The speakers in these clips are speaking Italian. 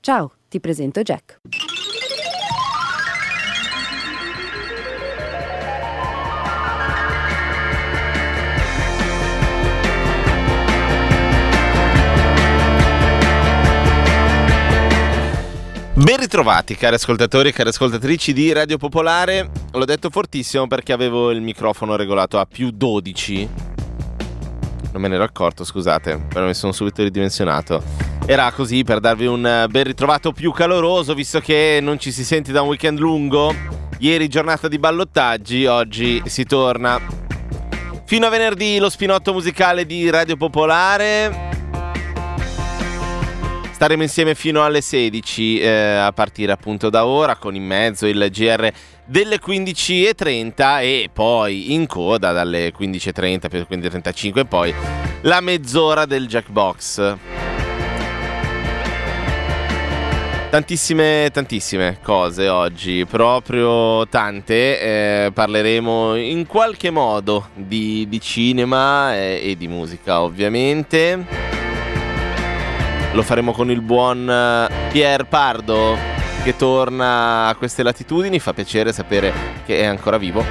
Ciao, ti presento Jack. Ben ritrovati cari ascoltatori e cari ascoltatrici di Radio Popolare. L'ho detto fortissimo perché avevo il microfono regolato a più 12. Non me ne ero accorto, scusate, però mi sono subito ridimensionato. Era così per darvi un ben ritrovato più caloroso, visto che non ci si sente da un weekend lungo. Ieri giornata di ballottaggi, oggi si torna. Fino a venerdì lo spinotto musicale di Radio Popolare. Staremo insieme fino alle 16 a partire appunto da ora, con in mezzo il GR delle 15:30 e poi in coda dalle 15:30 per 15:35 e poi la mezz'ora del Jackbox. Tantissime cose oggi, proprio tante. Parleremo in qualche modo di cinema e di musica, ovviamente. Lo faremo con il buon Pier Pardo, che torna a queste latitudini. Fa piacere sapere che è ancora vivo.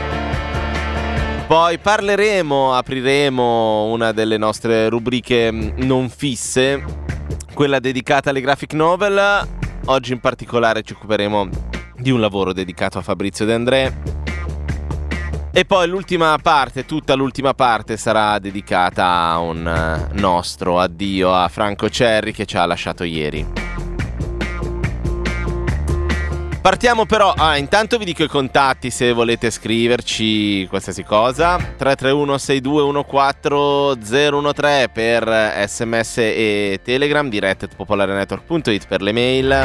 Poi apriremo una delle nostre rubriche non fisse, quella dedicata alle graphic novel. Oggi in particolare ci occuperemo di un lavoro dedicato a Fabrizio De André. E poi tutta l'ultima parte sarà dedicata a un nostro addio a Franco Cerri, che ci ha lasciato ieri. Partiamo però, intanto vi dico i contatti se volete scriverci qualsiasi cosa. 331 6214 013 per SMS e Telegram, direct@popolarenetwork.it per le mail.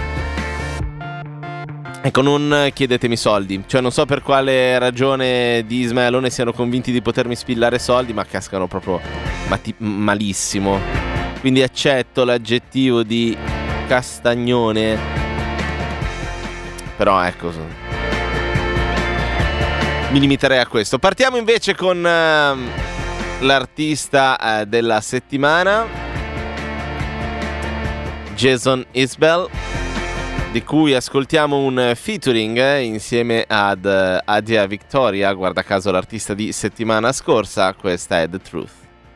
Ecco, non chiedetemi soldi, cioè non so per quale ragione di Ismaelone siano convinti di potermi spillare soldi, ma cascano proprio malissimo. Quindi accetto l'aggettivo di castagnone, però ecco, mi limiterei a questo. Partiamo invece con l'artista della settimana, Jason Isbell, di cui ascoltiamo un featuring insieme ad Adia Victoria, guarda caso l'artista di settimana scorsa. Questa è The Truth.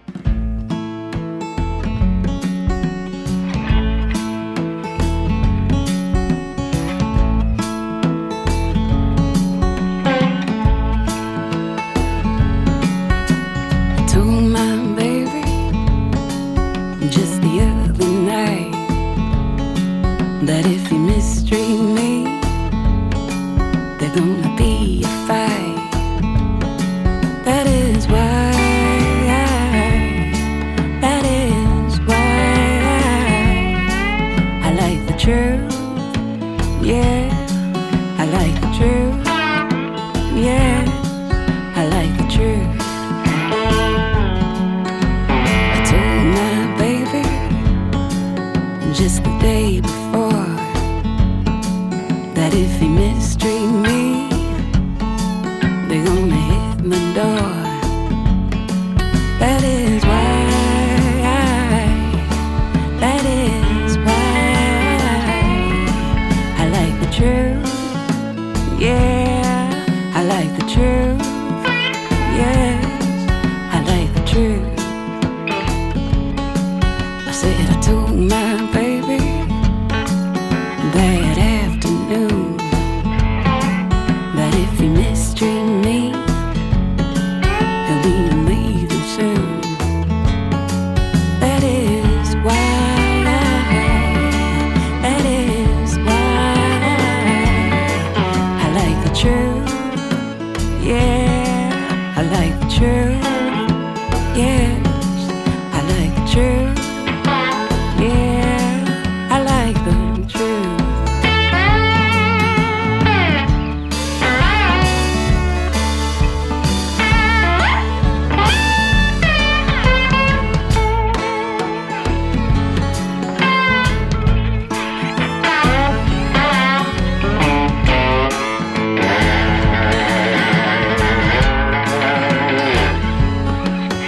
That if you mistreat me, there's gonna be a fight. That is why I like the truth. Yeah, I like the truth. Yeah, I like the truth. I told my baby just the day before that if he mistreat me, they're gonna hit my door. That is why I like the truth. Yeah, I like the truth. Yes, I like the truth. I said I told my baby that afternoon that if he mistreat me, he'll be leaving soon. That is why I like the truth. Yeah, I like the truth. Yes, I like the truth. Yeah, I like the truth.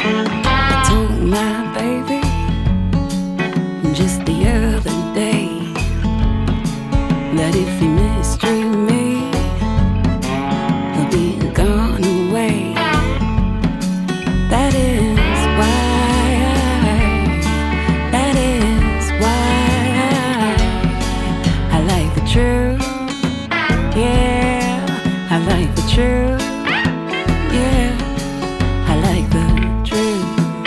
just the other day truth. Yeah, I like the truth.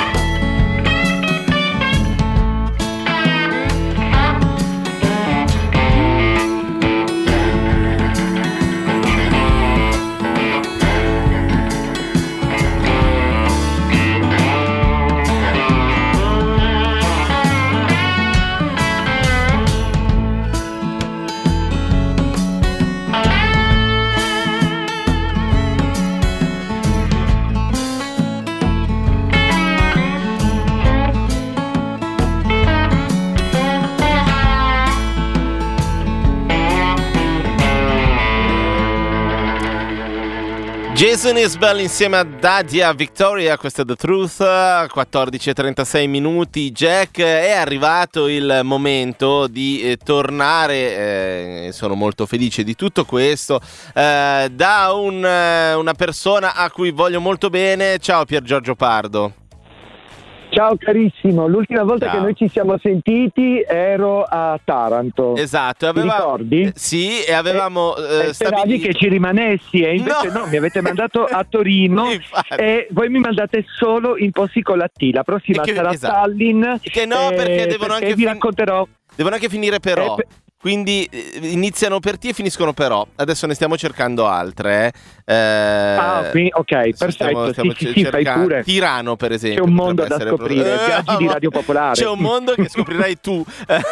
Jason Isbell insieme a Dadia Victoria, questa è The Truth, 14:36 minuti. Jack, è arrivato il momento di tornare, sono molto felice di tutto questo, da una persona a cui voglio molto bene. Ciao Pier Giorgio Pardo. Ciao carissimo, l'ultima volta Ciao. che noi ci siamo sentiti ero a Taranto. Esatto, Ti ricordi? Sì, e avevamo speravi stabilito che ci rimanessi e invece no, mi avete mandato a Torino Infatti. e voi mi mandate solo in posti con la T. La prossima sarà esatto. Tallinn. Che no, perché devono anche vi racconterò. Devono anche finire però. Quindi iniziano per T e finiscono però. Adesso ne stiamo cercando altre. Quindi, ok, perfetto. Stiamo Sì, fai pure. Tirano, per esempio. C'è un mondo potrebbe da essere scoprire. Viaggi di Radio Popolare. C'è un mondo che scoprirai tu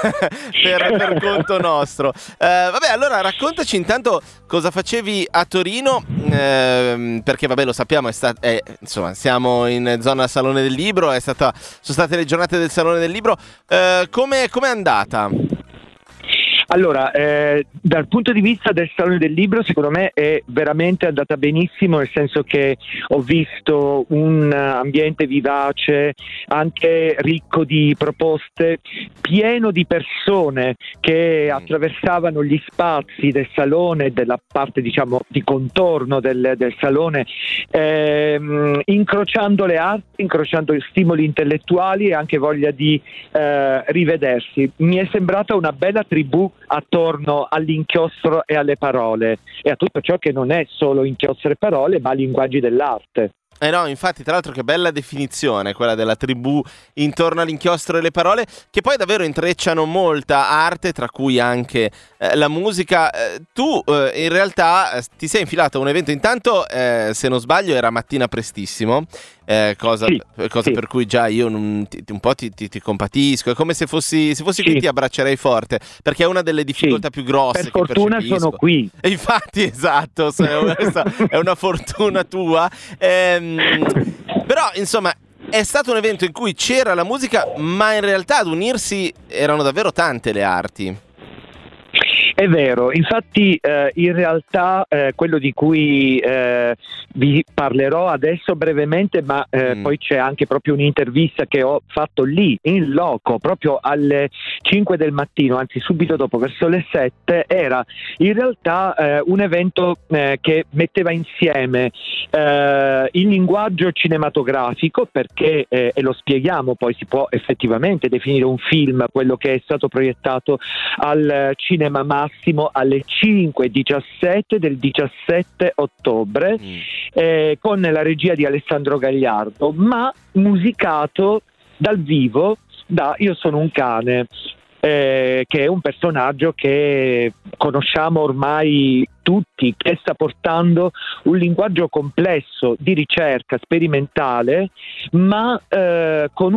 per conto nostro. Vabbè, allora raccontaci intanto cosa facevi a Torino, perché vabbè lo sappiamo, insomma siamo in zona Salone del Libro, sono state le giornate del Salone del Libro. Come è andata? Allora, dal punto di vista del Salone del Libro, secondo me è veramente andata benissimo, nel senso che ho visto un ambiente vivace, anche ricco di proposte, pieno di persone che attraversavano gli spazi del salone, della parte diciamo di contorno del salone, incrociando le arti, incrociando stimoli intellettuali e anche voglia di rivedersi. Mi è sembrata una bella tribù attorno all'inchiostro e alle parole e a tutto ciò che non è solo inchiostro e parole ma linguaggi dell'arte. No, infatti, tra l'altro che bella definizione quella della tribù intorno all'inchiostro e le parole, che poi davvero intrecciano molta arte, tra cui anche la musica. Tu in realtà ti sei infilato a un evento, intanto se non sbaglio era mattina prestissimo, cosa sì. per cui già io un po' ti compatisco, è come se fossi qui ti abbraccerei forte, perché è una delle difficoltà più grosse. Per fortuna sono qui. E infatti, esatto, questa è una fortuna tua. Però insomma è stato un evento in cui c'era la musica, ma in realtà ad unirsi erano davvero tante le arti. È vero, infatti in realtà quello di cui vi parlerò adesso brevemente, ma poi c'è anche proprio un'intervista che ho fatto lì, in loco, proprio alle 5 del mattino, anzi subito dopo, verso le 7, era in realtà un evento che metteva insieme il linguaggio cinematografico, perché, e lo spieghiamo, poi si può effettivamente definire un film, quello che è stato proiettato al Cinema Massimo alle 5:17 del 17 ottobre, con la regia di Alessandro Gagliardo, ma musicato dal vivo da Io sono un cane, che è un personaggio che conosciamo ormai tutti, che sta portando un linguaggio complesso di ricerca sperimentale, ma con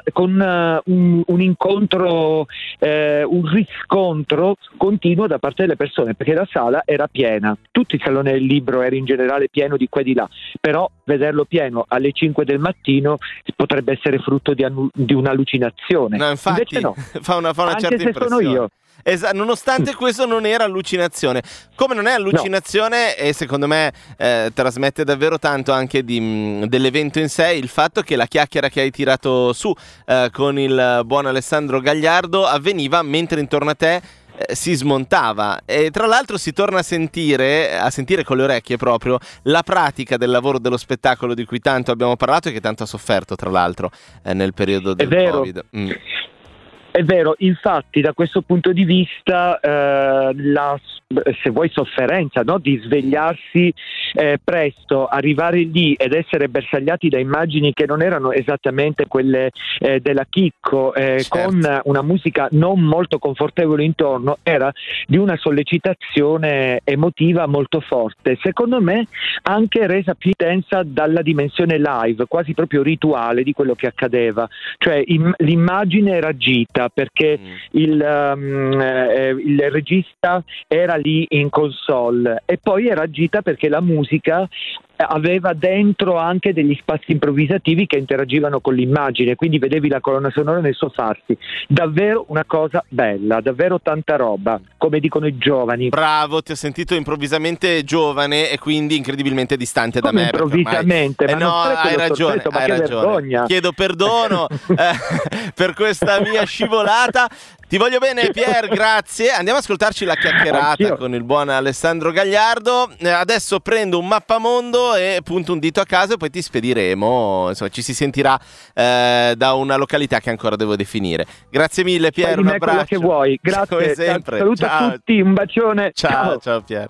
un incontro, un riscontro continuo da parte delle persone, perché la sala era piena, tutto il Salone del Libro era in generale pieno di qua e di là, però vederlo pieno alle 5 del mattino potrebbe essere frutto di un'allucinazione. No, infatti, invece no, fa una anche certa se impressione. sono io. Nonostante questo non era allucinazione, come non è allucinazione, no. E secondo me trasmette davvero tanto anche dell'evento in sé il fatto che la chiacchiera che hai tirato su con il buon Alessandro Gagliardo avveniva mentre intorno a te si smontava, e tra l'altro si torna a sentire con le orecchie proprio la pratica del lavoro dello spettacolo di cui tanto abbiamo parlato e che tanto ha sofferto tra l'altro nel periodo del Covid. È vero, infatti da questo punto di vista la, se vuoi, sofferenza, no? Di svegliarsi presto, arrivare lì ed essere bersagliati da immagini che non erano esattamente quelle della Chicco, certo, con una musica non molto confortevole intorno, era di una sollecitazione emotiva molto forte, secondo me anche resa più intensa dalla dimensione live, quasi proprio rituale di quello che accadeva, cioè l'immagine era agita perché il regista era lì in console, e poi era agita perché la musica aveva dentro anche degli spazi improvvisativi che interagivano con l'immagine, quindi vedevi la colonna sonora nel suo farsi. Davvero una cosa bella, davvero tanta roba, come dicono i giovani. Bravo, ti ho sentito improvvisamente giovane e quindi incredibilmente distante da me. Improvvisamente, ma no, hai ragione, sorpreso, hai ragione. Vergogna. Chiedo perdono per questa mia scivolata. Ti voglio bene, Pier, grazie. Andiamo ad ascoltarci la chiacchierata con il buon Alessandro Gagliardo. Adesso prendo un mappamondo e punto un dito a caso e poi ti spediremo. Insomma, ci si sentirà da una località che ancora devo definire. Grazie mille, Pier, un abbraccio. Quello che vuoi. Grazie, come sempre. Saluto a tutti, un bacione. Ciao, ciao Pier.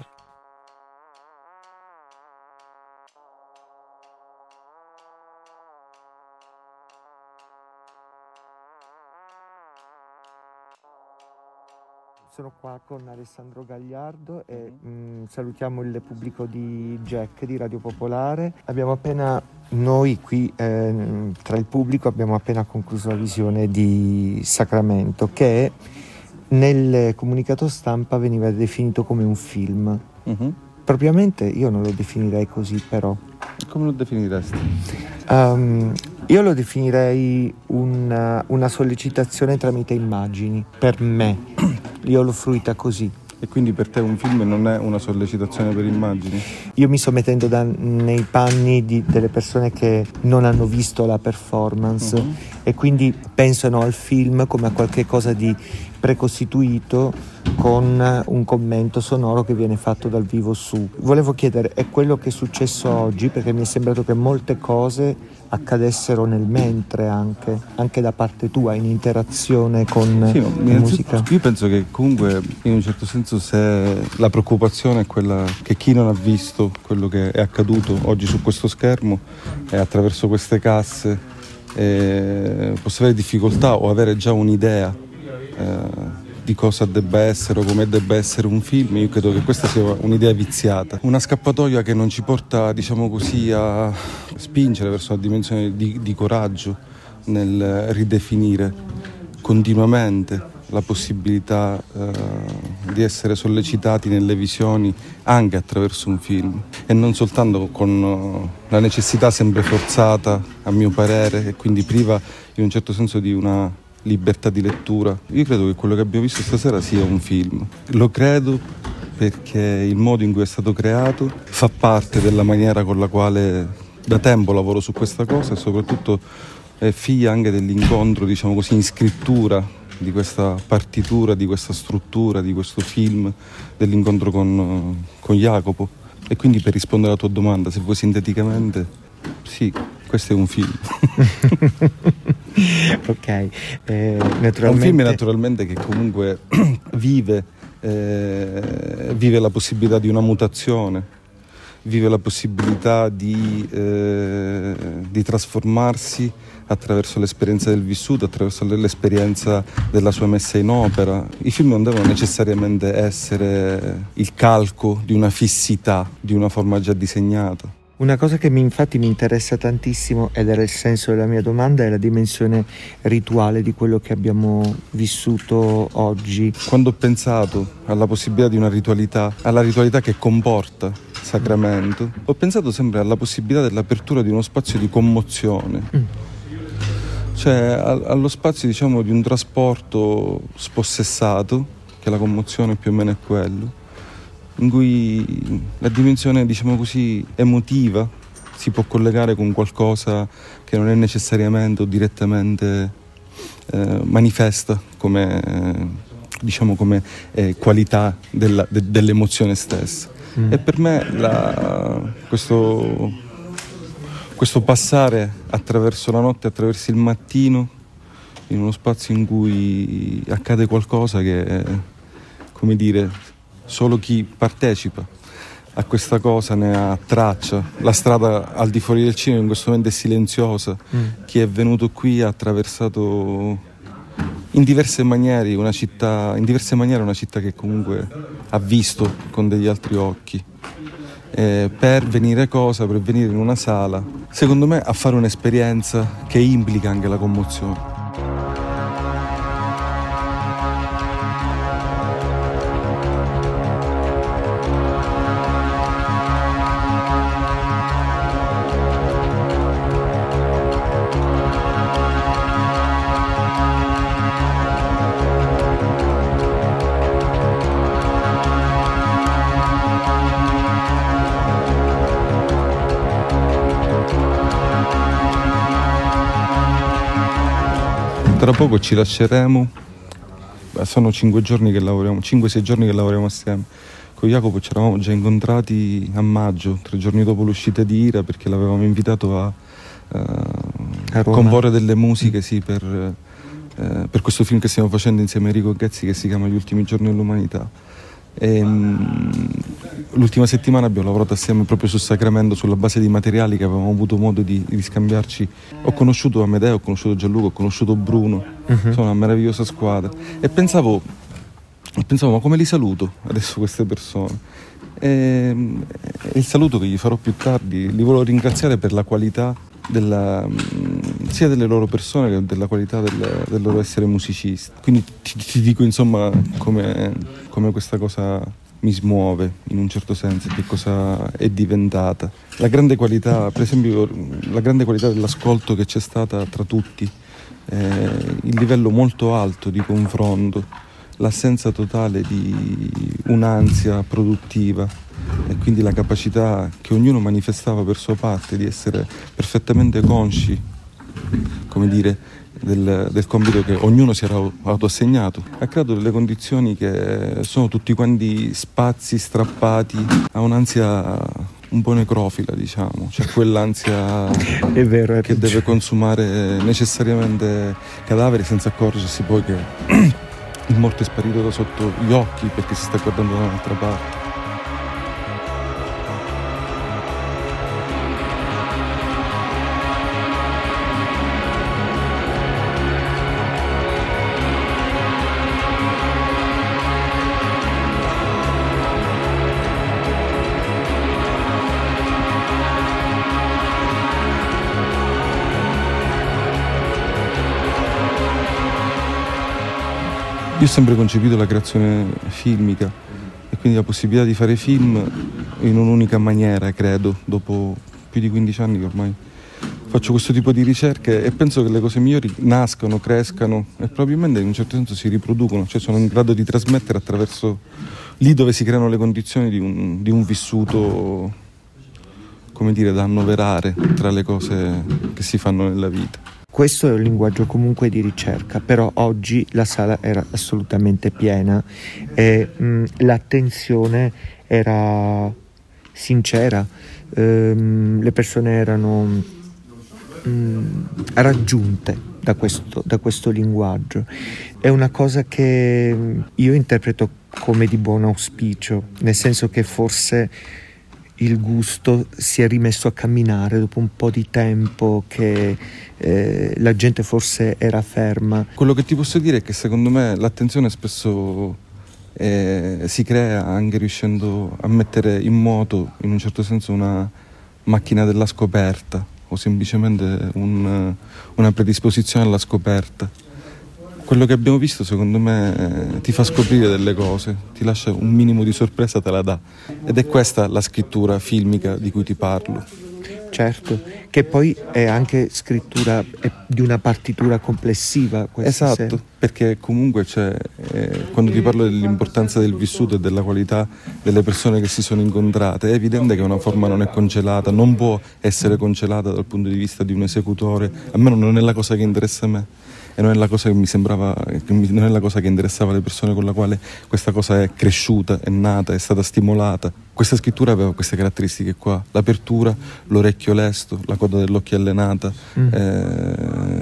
Sono qua con Alessandro Gagliardo e salutiamo il pubblico di Jack di Radio Popolare. Noi qui tra il pubblico abbiamo appena concluso la visione di Sacramento, che nel comunicato stampa veniva definito come un film. Propriamente io non lo definirei così, però. Come lo definiresti? Io lo definirei una sollecitazione tramite immagini, per me. Io l'ho fruita così. E quindi per te un film non è una sollecitazione per immagini? Io mi sto mettendo nei panni delle persone che non hanno visto la performance e quindi pensano al film come a qualche cosa di precostituito con un commento sonoro che viene fatto dal vivo su. Volevo chiedere, è quello che è successo oggi? Perché mi è sembrato che molte cose accadessero nel mentre anche da parte tua, in interazione con la musica. Io penso che comunque in un certo senso, se la preoccupazione è quella che chi non ha visto quello che è accaduto oggi su questo schermo e attraverso queste casse possa avere difficoltà o avere già un'idea di cosa debba essere o come debba essere un film, io credo che questa sia un'idea viziata, una scappatoia che non ci porta, diciamo così, a spingere verso una dimensione di coraggio nel ridefinire continuamente la possibilità di essere sollecitati nelle visioni anche attraverso un film e non soltanto con la necessità sempre forzata, a mio parere, e quindi priva in un certo senso di una libertà di lettura. Io credo che quello che abbiamo visto stasera sia un film. Lo credo perché il modo in cui è stato creato fa parte della maniera con la quale da tempo lavoro su questa cosa e soprattutto è figlia anche dell'incontro, diciamo così, in scrittura di questa partitura, di questa struttura, di questo film, dell'incontro con Jacopo. E quindi, per rispondere alla tua domanda, se vuoi sinteticamente, sì, questo è un film. Ok, naturalmente... È un film naturalmente che comunque vive la possibilità di una mutazione, vive la possibilità di trasformarsi attraverso l'esperienza del vissuto, attraverso l'esperienza della sua messa in opera. I film non devono necessariamente essere il calco di una fissità, di una forma già disegnata. Una cosa che infatti mi interessa tantissimo, ed era il senso della mia domanda, è la dimensione rituale di quello che abbiamo vissuto oggi. Quando ho pensato alla possibilità di una ritualità, alla ritualità che comporta Sacramento, ho pensato sempre alla possibilità dell'apertura di uno spazio di commozione. Cioè allo spazio, diciamo, di un trasporto spossessato, che la commozione più o meno è quello, in cui la dimensione, diciamo così, emotiva si può collegare con qualcosa che non è necessariamente o direttamente manifesta come, diciamo, come qualità dell'emozione stessa. E per me questo passare attraverso la notte, attraverso il mattino, in uno spazio in cui accade qualcosa che, come dire, solo chi partecipa a questa cosa ne ha traccia. La strada al di fuori del cinema in questo momento è silenziosa. Chi è venuto qui ha attraversato in diverse maniere una città che comunque ha visto con degli altri occhi. Per venire per venire in una sala, secondo me, a fare un'esperienza che implica anche la commozione. Tra poco ci lasceremo, sono 5-6 giorni che lavoriamo assieme. Con Jacopo ci eravamo già incontrati a maggio, 3 giorni dopo l'uscita di Ira, perché l'avevamo invitato a comporre delle musiche per questo film che stiamo facendo insieme a Enrico Ghezzi, che si chiama Gli ultimi giorni dell'umanità. L'ultima settimana abbiamo lavorato assieme proprio su Sacramento, sulla base di materiali che avevamo avuto modo di scambiarci. Ho conosciuto Amedeo, ho conosciuto Gianluca, ho conosciuto Bruno. Sono una meravigliosa squadra e pensavo ma come li saluto adesso queste persone? Il saluto che gli farò più tardi li volevo ringraziare per la qualità sia delle loro persone che della qualità del loro essere musicisti. Quindi ti dico insomma come questa cosa mi smuove in un certo senso, che cosa è diventata. La grande qualità, per esempio, la grande qualità dell'ascolto che c'è stata tra tutti, il livello molto alto di confronto, l'assenza totale di un'ansia produttiva e quindi la capacità che ognuno manifestava per sua parte di essere perfettamente consci, come dire, del compito che ognuno si era autoassegnato, ha creato delle condizioni che sono tutti quanti spazi strappati a un'ansia un po' necrofila, diciamo, cioè quell'ansia è vero, che deve consumare necessariamente cadaveri senza accorgersi poi che il morto è sparito da sotto gli occhi perché si sta guardando da un'altra parte. Io ho sempre concepito la creazione filmica e quindi la possibilità di fare film in un'unica maniera, credo, dopo più di 15 anni che ormai faccio questo tipo di ricerche e penso che le cose migliori nascano, crescano e probabilmente in un certo senso si riproducono, cioè sono in grado di trasmettere attraverso lì dove si creano le condizioni di un vissuto, come dire, da annoverare tra le cose che si fanno nella vita. Questo è un linguaggio comunque di ricerca, però oggi la sala era assolutamente piena e l'attenzione era sincera, le persone erano raggiunte da questo linguaggio. È una cosa che io interpreto come di buon auspicio, nel senso che forse il gusto si è rimesso a camminare dopo un po' di tempo che la gente forse era ferma. Quello che ti posso dire è che secondo me l'attenzione spesso si crea anche riuscendo a mettere in moto in un certo senso una macchina della scoperta o semplicemente una predisposizione alla scoperta. Quello che abbiamo visto secondo me ti fa scoprire delle cose, ti lascia un minimo di sorpresa, te la dà, ed è questa la scrittura filmica di cui ti parlo. Certo, che poi è anche scrittura di una partitura complessiva. Esatto, perché comunque quando ti parlo dell'importanza del vissuto e della qualità delle persone che si sono incontrate, è evidente che una forma non è congelata, non può essere congelata dal punto di vista di un esecutore, almeno non è la cosa che interessa a me. E non è la cosa che mi sembrava, non è la cosa che interessava le persone con la quale questa cosa è cresciuta, è nata, è stata stimolata. Questa scrittura aveva queste caratteristiche qua: l'apertura, l'orecchio lesto, la coda dell'occhio allenata,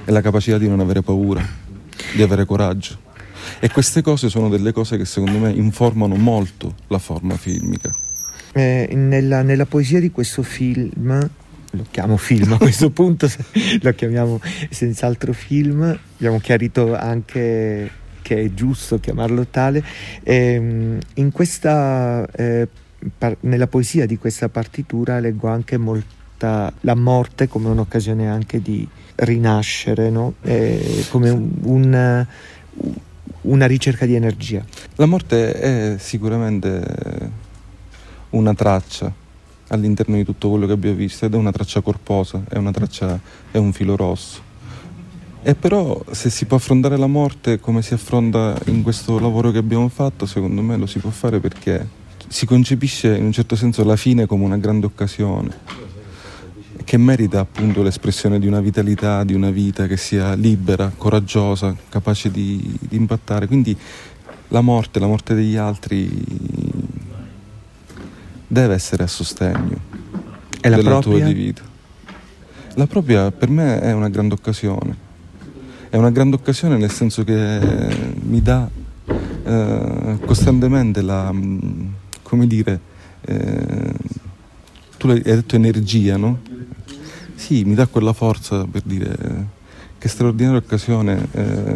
e la capacità di non avere paura, di avere coraggio. E queste cose sono delle cose che secondo me informano molto la forma filmica. Nella poesia di questo film, lo chiamo film a questo punto, lo chiamiamo senz'altro film, abbiamo chiarito anche che è giusto chiamarlo tale, in questa, nella poesia di questa partitura leggo anche molta la morte come un'occasione anche di rinascere, no? Come una ricerca di energia. La morte è sicuramente una traccia all'interno di tutto quello che abbiamo visto, ed è una traccia corposa, è un filo rosso. E però se si può affrontare la morte come si affronta in questo lavoro che abbiamo fatto, secondo me lo si può fare perché si concepisce in un certo senso la fine come una grande occasione che merita appunto l'espressione di una vitalità, di una vita che sia libera, coraggiosa, capace di impattare. Quindi la morte degli altri deve essere a sostegno della tua di vita. La propria per me è una grande occasione. È una grande occasione nel senso che mi dà costantemente la, come dire, tu hai detto energia, no? Sì, mi dà quella forza per dire che straordinaria occasione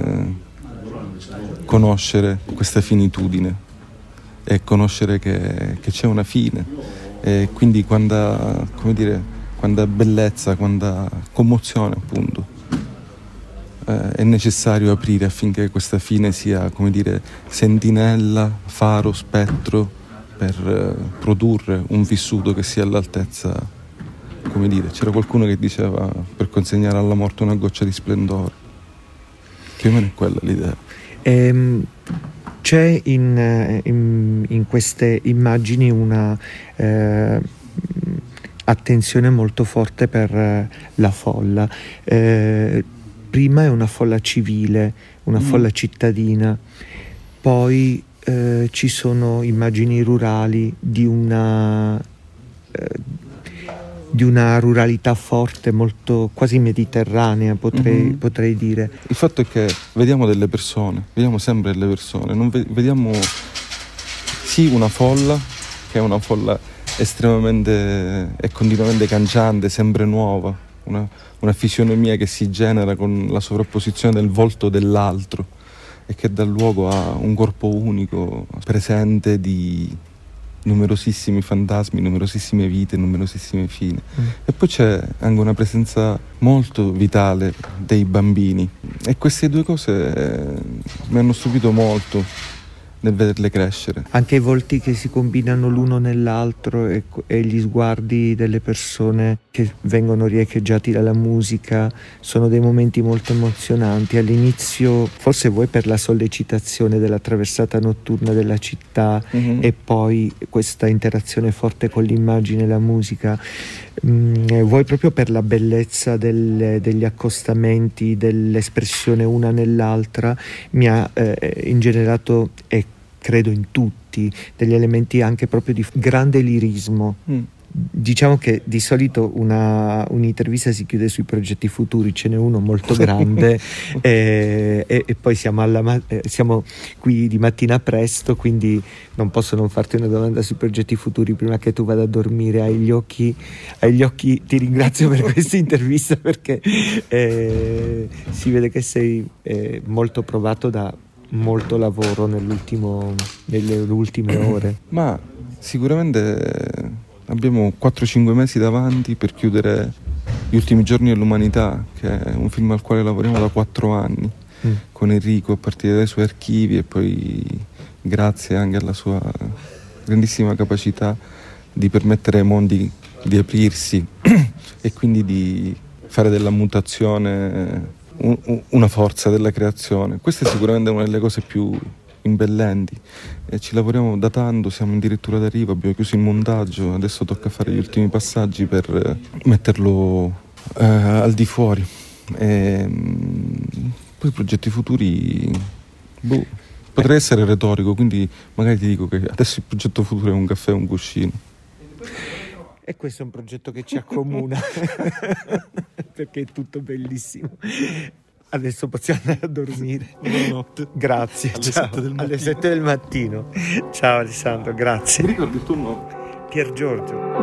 conoscere questa finitudine e conoscere che c'è una fine, e quindi quanta bellezza, quanta commozione appunto è necessario aprire affinché questa fine sia, come dire, sentinella, faro, spettro per produrre un vissuto che sia all'altezza, come dire, c'era qualcuno che diceva per consegnare alla morte una goccia di splendore, più o meno è quella l'idea. C'è in queste immagini una attenzione molto forte per la folla. Prima è una folla civile, una folla cittadina, poi ci sono immagini rurali di una ruralità forte, molto quasi mediterranea, potrei dire. Il fatto è che vediamo delle persone, vediamo sempre delle persone, non vediamo sì una folla, che è una folla estremamente e continuamente cangiante, sempre nuova, una fisionomia che si genera con la sovrapposizione del volto dell'altro e che dà luogo a un corpo unico, presente di numerosissimi fantasmi, numerosissime vite, numerosissime fini. E poi c'è anche una presenza molto vitale dei bambini, e queste due cose mi hanno stupito molto nel vederle crescere. Anche i volti che si combinano l'uno nell'altro e gli sguardi delle persone che vengono riecheggiati dalla musica sono dei momenti molto emozionanti. All'inizio, forse vuoi per la sollecitazione della traversata notturna della città e poi questa interazione forte con l'immagine e la musica, vuoi proprio per la bellezza degli accostamenti, dell'espressione una nell'altra, mi ha ingenerato, e credo in tutti, degli elementi anche proprio di grande lirismo. Diciamo che di solito un'intervista si chiude sui progetti futuri, ce n'è uno molto grande e poi siamo qui di mattina presto, quindi non posso non farti una domanda sui progetti futuri prima che tu vada a dormire. Hai gli occhi, ti ringrazio per questa intervista, perché si vede che sei molto provato da molto lavoro nelle ultime ore. Ma sicuramente abbiamo 4-5 mesi davanti per chiudere Gli ultimi giorni dell'umanità, che è un film al quale lavoriamo da 4 anni con Enrico, a partire dai suoi archivi, e poi grazie anche alla sua grandissima capacità di permettere ai mondi di aprirsi e quindi di fare della mutazione una forza della creazione. Questa è sicuramente una delle cose più imbellenti, e ci lavoriamo da tanto, siamo addirittura d'arrivo, abbiamo chiuso il montaggio, adesso tocca fare gli ultimi passaggi per metterlo al di fuori. Poi progetti futuri, potrei essere retorico, quindi magari ti dico che adesso il progetto futuro è un caffè e un cuscino. E questo è un progetto che ci accomuna perché è tutto bellissimo. Adesso possiamo andare a dormire. Buonanotte. Grazie. Alle 7 del mattino. Ciao Alessandro, grazie. Mi ricordi il tuo nome? Pier Giorgio.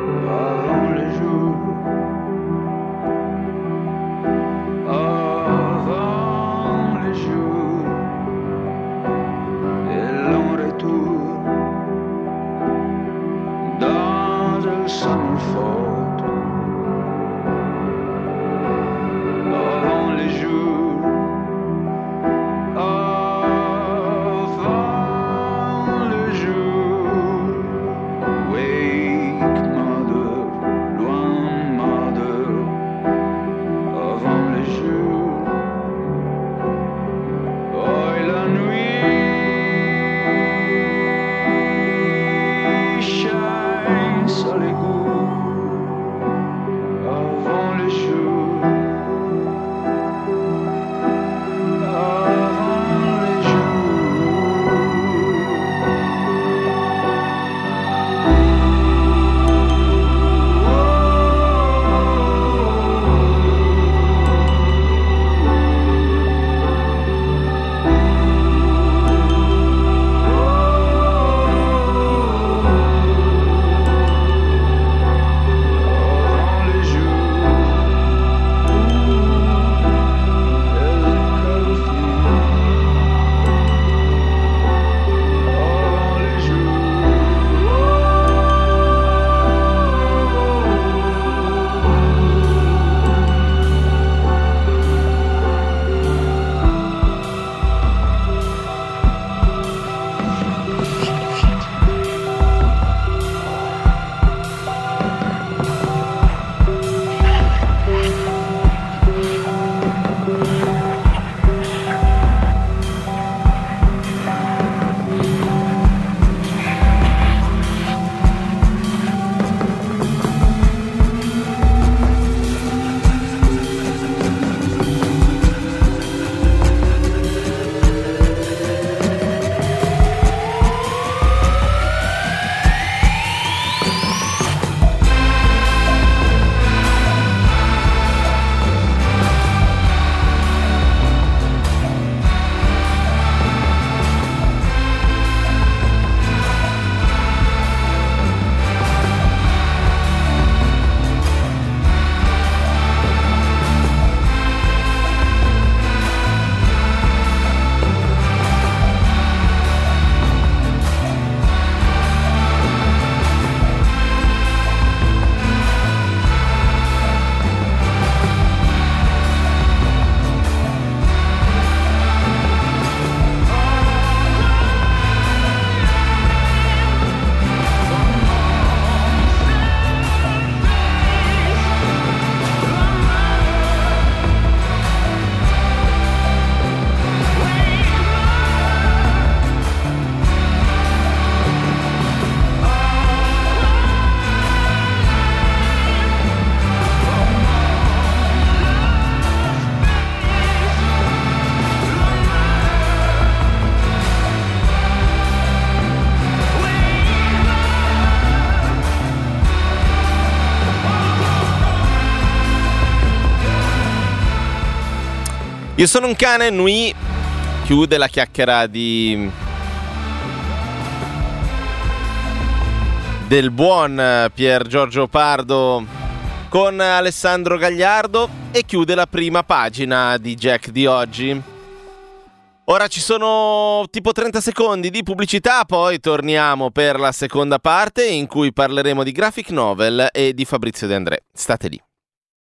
Io sono un cane, Nui chiude la chiacchiera del buon Pier Giorgio Pardo con Alessandro Gagliardo e chiude la prima pagina di Jack di oggi. Ora ci sono tipo 30 secondi di pubblicità, poi torniamo per la seconda parte in cui parleremo di graphic novel e di Fabrizio De André. State lì.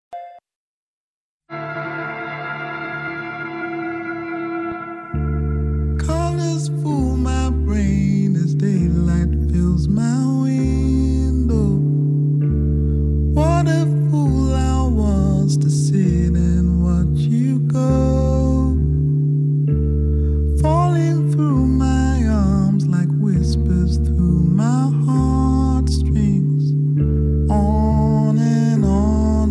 Colors fool my brain as daylight fills my window. What a fool I was to sit and watch you go, falling through my arms like whispers through my heartstrings, on and on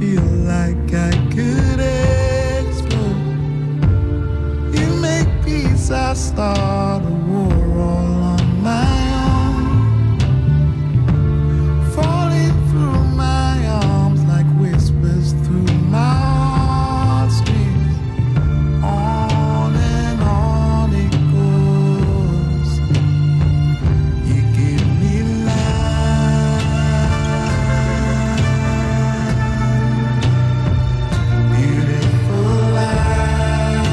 feel like I could explode. You make peace, I start a war all on my own. Falling through my arms like whispers through my heartstrings. On and on it goes. You give me life, beautiful life.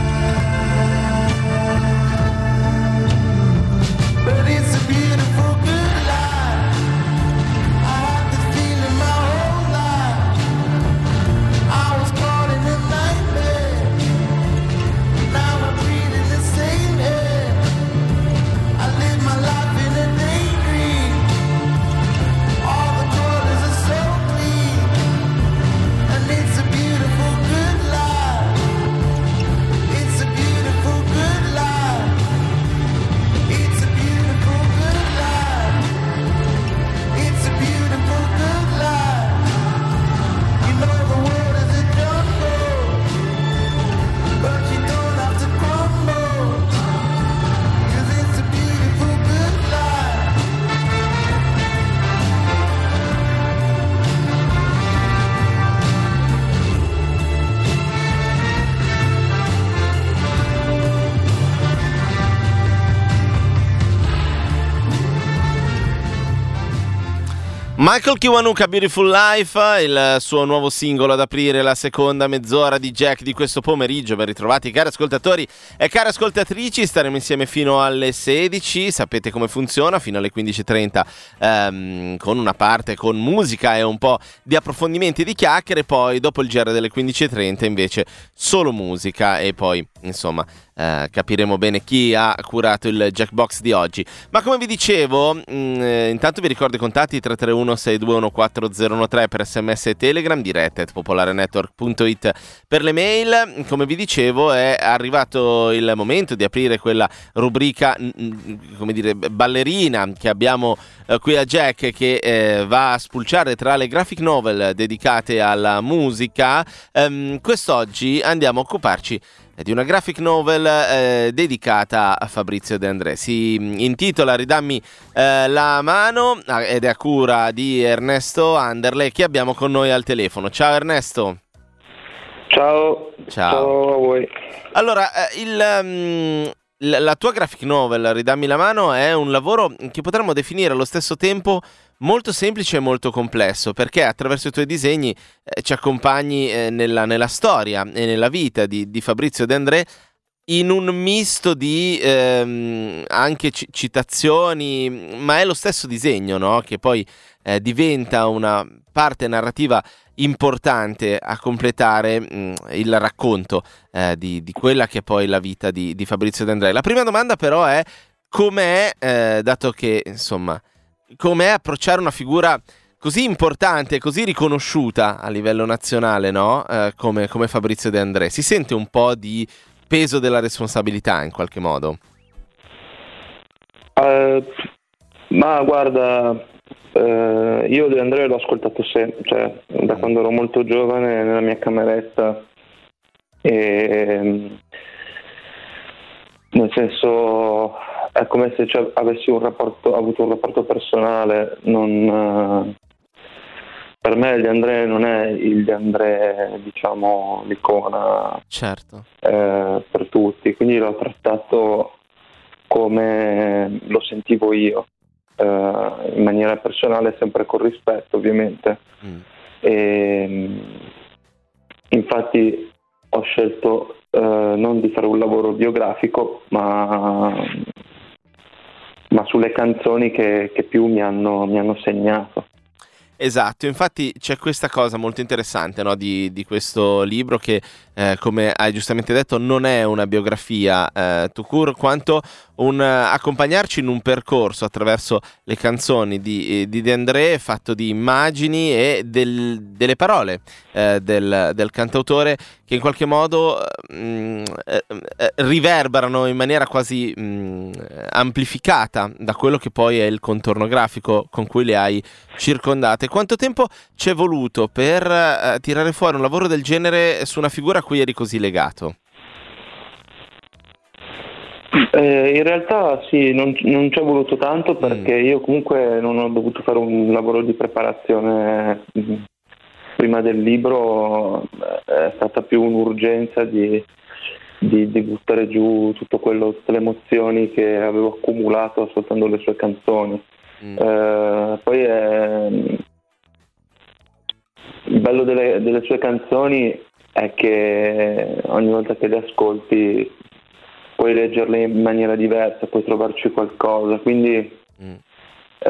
But it's a beautiful good life. I had the feeling my whole life. I was caught in a nightmare. Now I'm breathing the same air. I live my life in a daydream. All the colors are so clean. And it's a beautiful good life. It's a beautiful good life. It's a beautiful good life. It's a beautiful good life. You know the world is a jungle, but you don't have to crumble, 'cause it's a beautiful good life. Michael Kiwanuka, Beautiful Life, il suo nuovo singolo ad aprire la seconda mezz'ora di Jack di questo pomeriggio. Ben ritrovati cari ascoltatori e care ascoltatrici, staremo insieme fino alle 16, sapete come funziona, fino alle 15:30 con una parte con musica e un po' di approfondimenti e di chiacchiere, poi dopo il GR delle 15:30 invece solo musica e poi insomma capiremo bene chi ha curato il Jackbox di oggi. Ma come vi dicevo, intanto vi ricordo i contatti 331 6214013 per SMS e Telegram, diretta@popolarenetwork.it per le mail. Come vi dicevo, è arrivato il momento di aprire quella rubrica come dire ballerina che abbiamo qui a Jack, che va a spulciare tra le graphic novel dedicate alla musica. Quest'oggi andiamo a occuparci di una graphic novel dedicata a Fabrizio De André. Si intitola Ridammi la mano ed è a cura di Ernesto Anderle, che abbiamo con noi al telefono. Ciao Ernesto. Ciao a voi. Allora, la tua graphic novel Ridammi la mano è un lavoro che potremmo definire allo stesso tempo molto semplice e molto complesso, perché attraverso i tuoi disegni ci accompagni nella storia e nella vita di Fabrizio De André, in un misto di anche citazioni, ma è lo stesso disegno, no? Che poi diventa una parte narrativa importante a completare il racconto di quella che è poi la vita di Fabrizio De André. La prima domanda però è com'è, dato che insomma, com'è approcciare una figura così importante, così riconosciuta a livello nazionale, no? Come Fabrizio De André. Si sente un po' di peso della responsabilità in qualche modo? Ma guarda, io De André l'ho ascoltato sempre, cioè da quando ero molto giovane nella mia cameretta, e nel senso è come se avessi avuto un rapporto personale. Per me De André non è il De André, diciamo, l'icona, certo, per tutti, quindi l'ho trattato come lo sentivo io, in maniera personale, sempre con rispetto ovviamente. E infatti ho scelto non di fare un lavoro biografico, ma sulle canzoni che più mi hanno segnato. Esatto, infatti c'è questa cosa molto interessante, no, di questo libro, che come hai giustamente detto, non è una biografia tout court, quanto un accompagnarci in un percorso attraverso le canzoni di De André, fatto di immagini e delle parole del cantautore, che in qualche modo riverberano in maniera quasi amplificata da quello che poi è il contorno grafico con cui le hai circondate. Quanto tempo ci è voluto per tirare fuori un lavoro del genere su una figura a cui eri così legato? In realtà sì, non ci è voluto tanto, perché io comunque non ho dovuto fare un lavoro di preparazione prima del libro. È stata più un'urgenza di buttare giù tutto quello, tutte le emozioni che avevo accumulato ascoltando le sue canzoni. Poi il bello delle sue canzoni è che ogni volta che le ascolti puoi leggerle in maniera diversa, puoi trovarci qualcosa, quindi è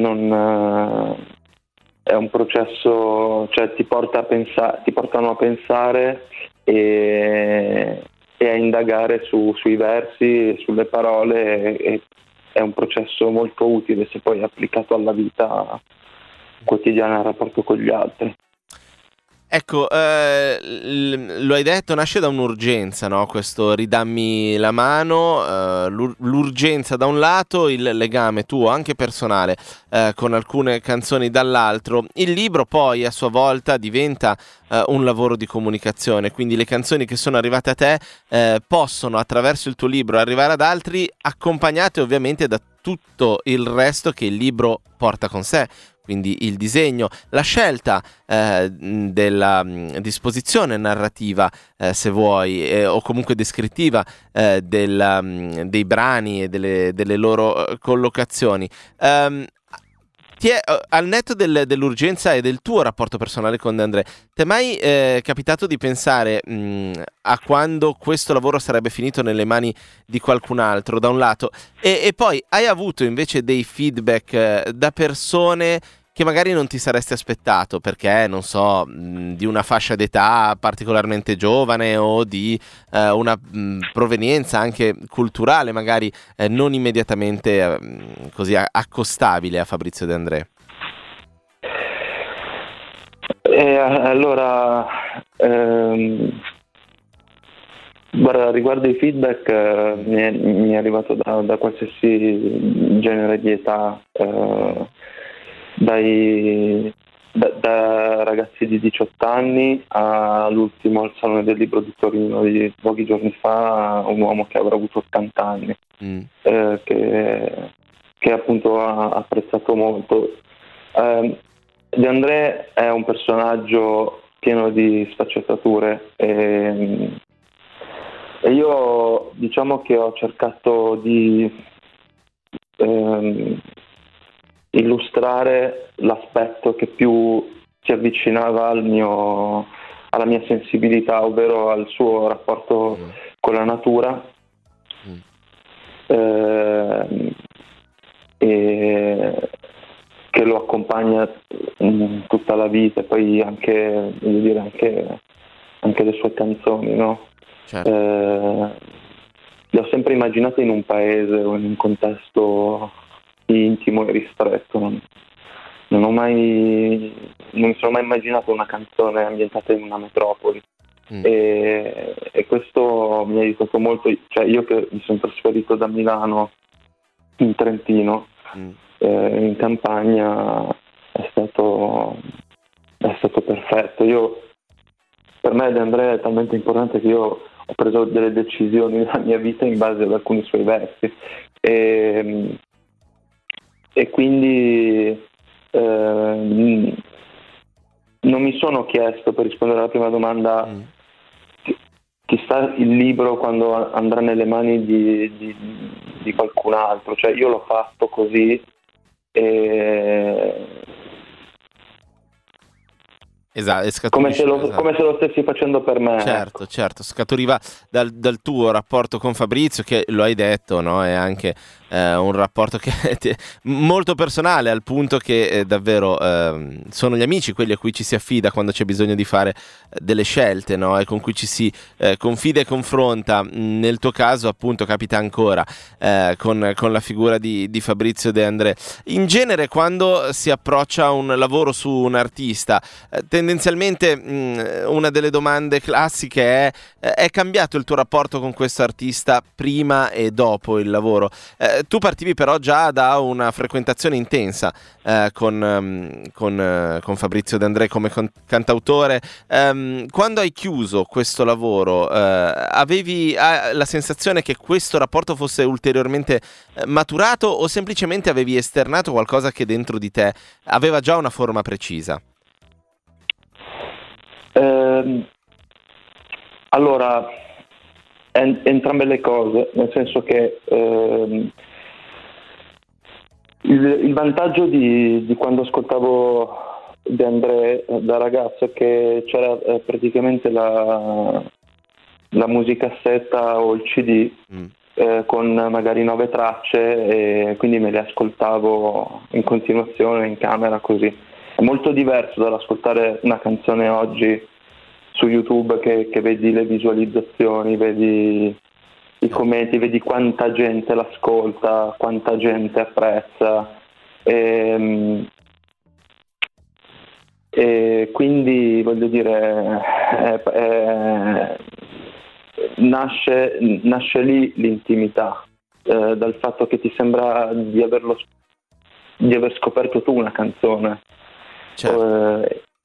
un processo, cioè ti portano a pensare e a indagare sui versi, sulle parole, e è un processo molto utile se poi applicato alla vita quotidiana, al rapporto con gli altri. Ecco, lo hai detto, nasce da un'urgenza, no? Questo ridammi la mano, l'urgenza da un lato, il legame tuo anche personale con alcune canzoni dall'altro. Il libro poi a sua volta diventa un lavoro di comunicazione, quindi le canzoni che sono arrivate a te possono attraverso il tuo libro arrivare ad altri, accompagnate ovviamente da tutto il resto che il libro porta con sé. Quindi il disegno, la scelta della disposizione narrativa, se vuoi, o comunque descrittiva dei brani e delle loro collocazioni. Al netto dell'urgenza e del tuo rapporto personale con De André, ti è mai capitato di pensare a quando questo lavoro sarebbe finito nelle mani di qualcun altro, da un lato, e poi hai avuto invece dei feedback da persone che magari non ti saresti aspettato, perché, non so, di una fascia d'età particolarmente giovane o di una provenienza anche culturale magari non immediatamente così accostabile a Fabrizio De André? Allora, guarda, riguardo i feedback, mi è arrivato da qualsiasi genere di età, da ragazzi di 18 anni all'ultimo al Salone del Libro di Torino di pochi giorni fa, un uomo che avrà avuto 80 anni, che appunto ha apprezzato molto. De André è un personaggio pieno di sfaccettature, e io diciamo che ho cercato di illustrare l'aspetto che più si avvicinava alla mia sensibilità, ovvero al suo rapporto con la natura, e che lo accompagna tutta la vita, e poi anche, voglio dire, anche le sue canzoni, no? Certo. Le ho sempre immaginate in un paese o in un contesto intimo e ristretto. Non mi sono mai immaginato una canzone ambientata in una metropoli, e questo mi ha aiutato molto. Cioè, io che mi sono trasferito da Milano in Trentino, in campagna, è stato perfetto. Per me De André è talmente importante che io ho preso delle decisioni nella mia vita in base ad alcuni suoi versi, e quindi non mi sono chiesto, per rispondere alla prima domanda, chissà il libro quando andrà nelle mani di qualcun altro. Cioè, io l'ho fatto così, Esatto, come se lo stessi facendo per me. Certo, ecco. certo, scaturiva dal tuo rapporto con Fabrizio, che lo hai detto, no? È anche un rapporto che è molto personale, al punto che davvero sono gli amici quelli a cui ci si affida quando c'è bisogno di fare delle scelte, no? E con cui ci si confida e confronta. Nel tuo caso appunto capita ancora con la figura di Fabrizio De André. In genere quando si approccia a un lavoro su un artista, tendenzialmente una delle domande classiche è cambiato il tuo rapporto con questo artista prima e dopo il lavoro? Tu partivi però già da una frequentazione intensa con Fabrizio De André come cantautore. Quando hai chiuso questo lavoro, avevi la sensazione che questo rapporto fosse ulteriormente maturato, o semplicemente avevi esternato qualcosa che dentro di te aveva già una forma precisa? Allora, entrambe le cose, nel senso che il vantaggio di quando ascoltavo De André da ragazzo è che c'era praticamente la musicassetta o il CD con magari 9 tracce, e quindi me le ascoltavo in continuazione in camera così. È molto diverso dall'ascoltare una canzone oggi su YouTube che vedi le visualizzazioni, vedi i commenti, vedi quanta gente l'ascolta, quanta gente apprezza, e quindi voglio dire nasce lì l'intimità, dal fatto che ti sembra di aver scoperto tu una canzone. Certo.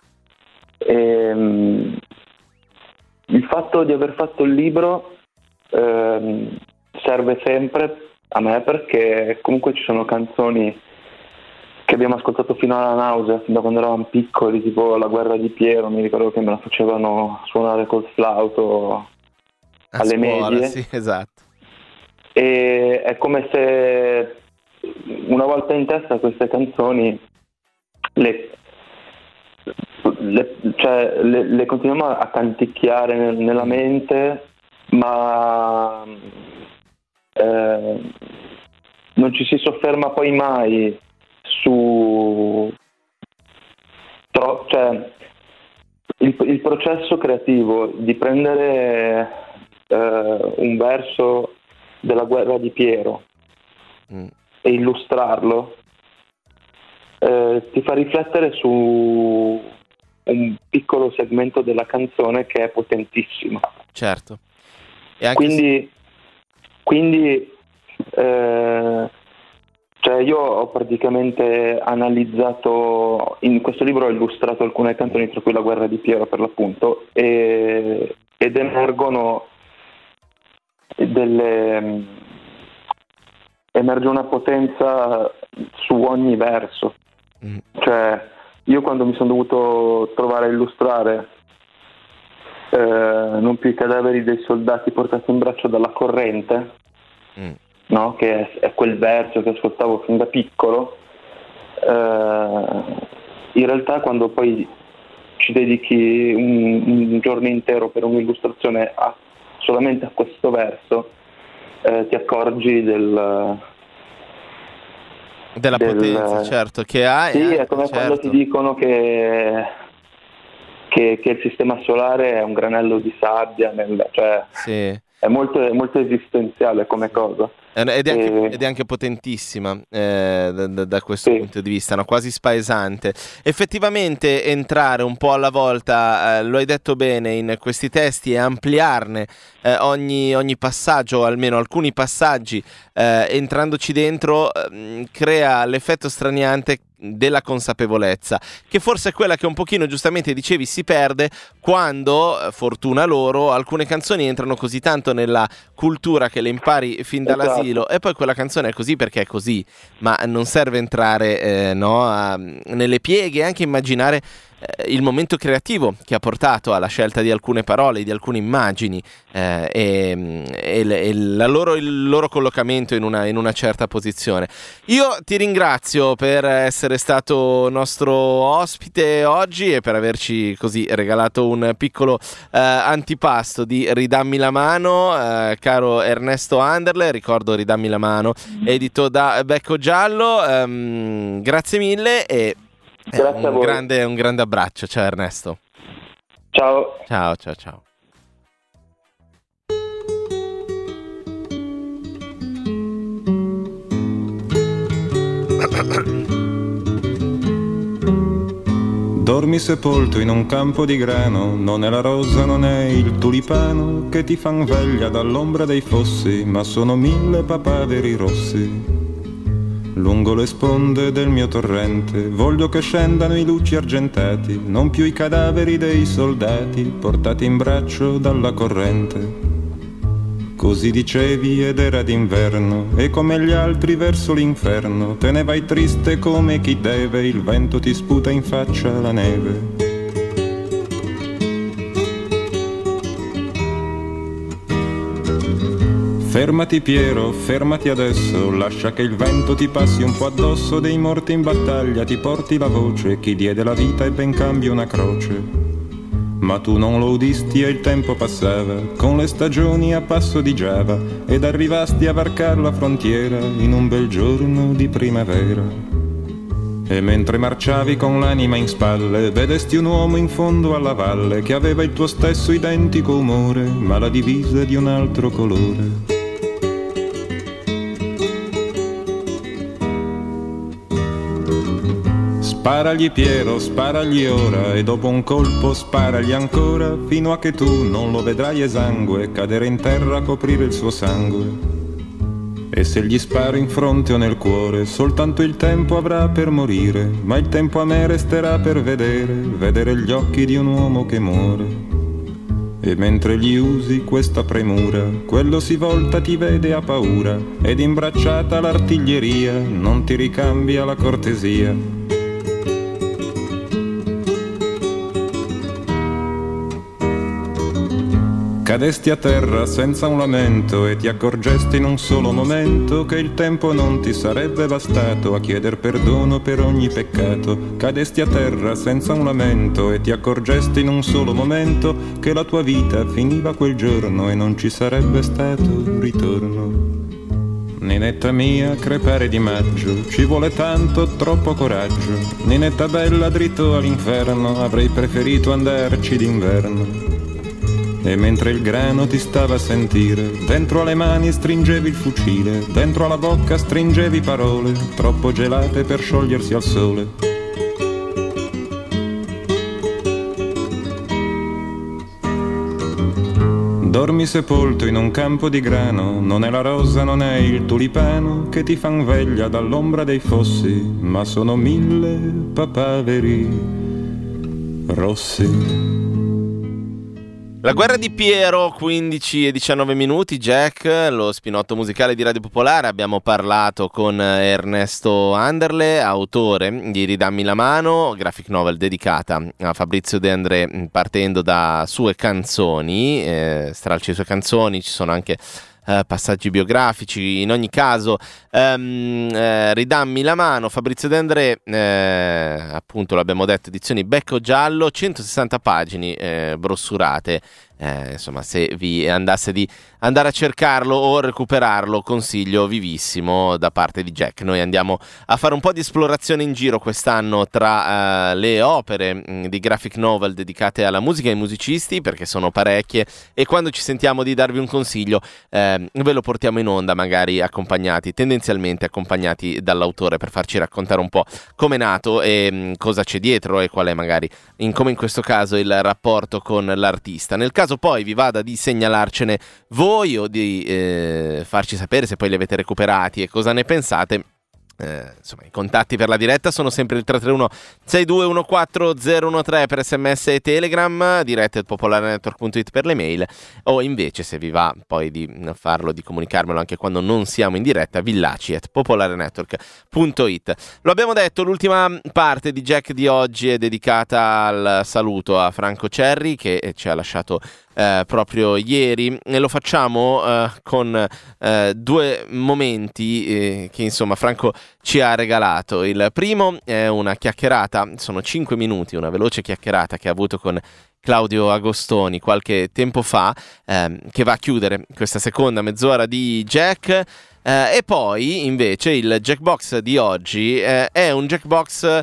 Il fatto di aver fatto il libro serve sempre a me, perché comunque ci sono canzoni che abbiamo ascoltato fino alla nausea da quando eravamo piccoli, tipo La guerra di Piero, mi ricordo che me la facevano suonare col flauto alle scuola, medie. sì, esatto. E è come se una volta in testa queste canzoni le continuiamo a canticchiare nella mente, ma non ci si sofferma poi mai cioè il processo creativo di prendere un verso della guerra di Piero e illustrarlo ti fa riflettere su un piccolo segmento della canzone che è potentissimo. Certo. E anche quindi cioè io ho praticamente analizzato, in questo libro ho illustrato alcune canzoni, tra cui La guerra di Piero per l'appunto, ed emerge una potenza su ogni verso. Cioè io quando mi sono dovuto trovare a illustrare non più i cadaveri dei soldati portati in braccio dalla corrente, no? Che è quel verso che ascoltavo fin da piccolo, in realtà quando poi ci dedichi un giorno intero per un'illustrazione solamente a questo verso, ti accorgi della potenza, certo, che ha. Sì, è come quando ti dicono che il sistema solare è un granello di sabbia, cioè sì. È molto esistenziale come cosa. Ed è anche potentissima da questo punto di vista, no? Quasi spaesante. Effettivamente entrare un po' alla volta, lo hai detto bene, in questi testi e ampliarne ogni passaggio, o almeno alcuni passaggi, entrandoci dentro, crea l'effetto straniante della consapevolezza, che forse è quella che un pochino, giustamente dicevi, si perde quando, fortuna loro, alcune canzoni entrano così tanto nella cultura che le impari fin dall'asilo, e poi quella canzone è così perché è così, ma non serve entrare nelle pieghe, anche immaginare il momento creativo che ha portato alla scelta di alcune parole, di alcune immagini e il loro collocamento in una certa posizione. Io ti ringrazio per essere stato nostro ospite oggi e per averci così regalato un piccolo antipasto di Ridammi la mano, caro Ernesto Anderle. Ricordo Ridammi la mano, edito da Becco Giallo. Grazie mille e Grazie a voi. Un grande abbraccio. Ciao Ernesto. Ciao. Ciao. Dormi sepolto in un campo di grano, non è la rosa, non è il tulipano che ti fan veglia dall'ombra dei fossi, ma sono 1000 papaveri rossi. Lungo le sponde del mio torrente voglio che scendano i luci argentati, non più i cadaveri dei soldati portati in braccio dalla corrente. Così dicevi ed era d'inverno e come gli altri verso l'inferno te ne vai triste come chi deve, il vento ti sputa in faccia la neve. Fermati Piero, fermati adesso, lascia che il vento ti passi un po' addosso, dei morti in battaglia ti porti la voce, chi diede la vita e ben cambia una croce. Ma tu non lo udisti e il tempo passava, con le stagioni a passo di Giava, ed arrivasti a varcar la frontiera in un bel giorno di primavera. E mentre marciavi con l'anima in spalle, vedesti un uomo in fondo alla valle, che aveva il tuo stesso identico umore, ma la divisa di un altro colore. Sparagli Piero, sparagli ora, e dopo un colpo sparagli ancora, fino a che tu non lo vedrai esangue, cadere in terra a coprire il suo sangue. E se gli sparo in fronte o nel cuore, soltanto il tempo avrà per morire, ma il tempo a me resterà per vedere gli occhi di un uomo che muore. E mentre gli usi questa premura, quello si volta, ti vede a paura, ed imbracciata l'artiglieria non ti ricambia la cortesia. Cadesti a terra senza un lamento e ti accorgesti in un solo momento che il tempo non ti sarebbe bastato a chieder perdono per ogni peccato. Cadesti a terra senza un lamento e ti accorgesti in un solo momento che la tua vita finiva quel giorno e non ci sarebbe stato ritorno. Ninetta mia, crepare di maggio, ci vuole tanto, troppo coraggio. Ninetta bella, dritto all'inferno, avrei preferito andarci d'inverno. E mentre il grano ti stava a sentire, dentro alle mani stringevi il fucile, dentro alla bocca stringevi parole, troppo gelate per sciogliersi al sole. Dormi sepolto in un campo di grano, non è la rosa, non è il tulipano che ti fan veglia dall'ombra dei fossi, ma sono 1000 papaveri rossi. La guerra di Piero, 15 e 19 minuti, Jack, lo spinotto musicale di Radio Popolare. Abbiamo parlato con Ernesto Anderle, autore di Ridammi la mano, graphic novel dedicata a Fabrizio De André, partendo da sue canzoni, stralci le sue canzoni, ci sono anche passaggi biografici. In ogni caso, Ridammi la mano, Fabrizio De André, appunto l'abbiamo detto, edizioni Becco Giallo, 160 pagine brossurate. Insomma, se vi andasse di andare a cercarlo o recuperarlo, consiglio vivissimo da parte di Jack. Noi andiamo a fare un po' di esplorazione in giro quest'anno tra le opere di graphic novel dedicate alla musica e ai musicisti, perché sono parecchie, e quando ci sentiamo di darvi un consiglio ve lo portiamo in onda, magari tendenzialmente accompagnati dall'autore, per farci raccontare un po' come è nato e cosa c'è dietro e qual è magari, come in questo caso, il rapporto con l'artista. Nel caso poi vi vada di segnalarcene voi o di farci sapere se poi li avete recuperati e cosa ne pensate, insomma, i contatti per la diretta sono sempre il 331-6214-013 per SMS e Telegram, diretta@popolarenetwork.it per le mail, o invece, se vi va poi di farlo, di comunicarmelo anche quando non siamo in diretta, villaci@popolarenetwork.it. Lo abbiamo detto, l'ultima parte di Jack di oggi è dedicata al saluto a Franco Cerri, che ci ha lasciato proprio ieri, e lo facciamo con due momenti che insomma Franco ci ha regalato. Il primo è una chiacchierata, sono 5 minuti, una veloce chiacchierata che ha avuto con Claudio Agostoni qualche tempo fa, che va a chiudere questa seconda mezz'ora di Jack. E poi invece il Jackbox di oggi è un Jackbox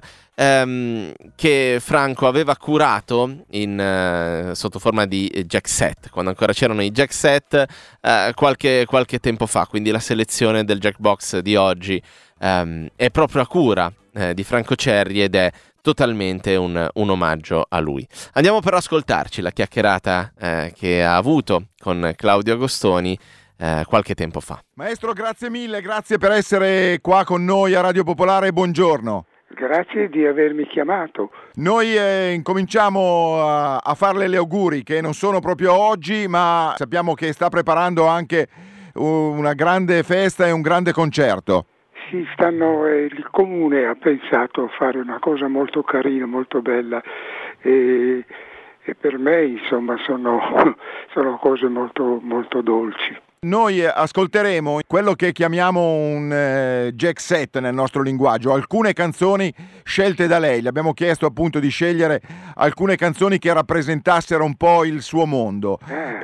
che Franco aveva curato sotto forma di Jack Set, quando ancora c'erano i Jack Set, qualche tempo fa. Quindi la selezione del Jackbox di oggi è proprio a cura di Franco Cerri ed è totalmente un omaggio a lui. Andiamo però ad ascoltarci la chiacchierata che ha avuto con Claudio Agostoni qualche tempo fa. Maestro, grazie mille, grazie per essere qua con noi a Radio Popolare, buongiorno. Grazie di avermi chiamato. Noi incominciamo a farle gli auguri, che non sono proprio oggi, ma sappiamo che sta preparando anche una grande festa e un grande concerto. Sì, il comune ha pensato a fare una cosa molto carina, molto bella, e per me insomma sono cose molto, molto dolci. Noi ascolteremo quello che chiamiamo un Jack Set nel nostro linguaggio, alcune canzoni scelte da lei. Le abbiamo chiesto appunto di scegliere alcune canzoni che rappresentassero un po' il suo mondo.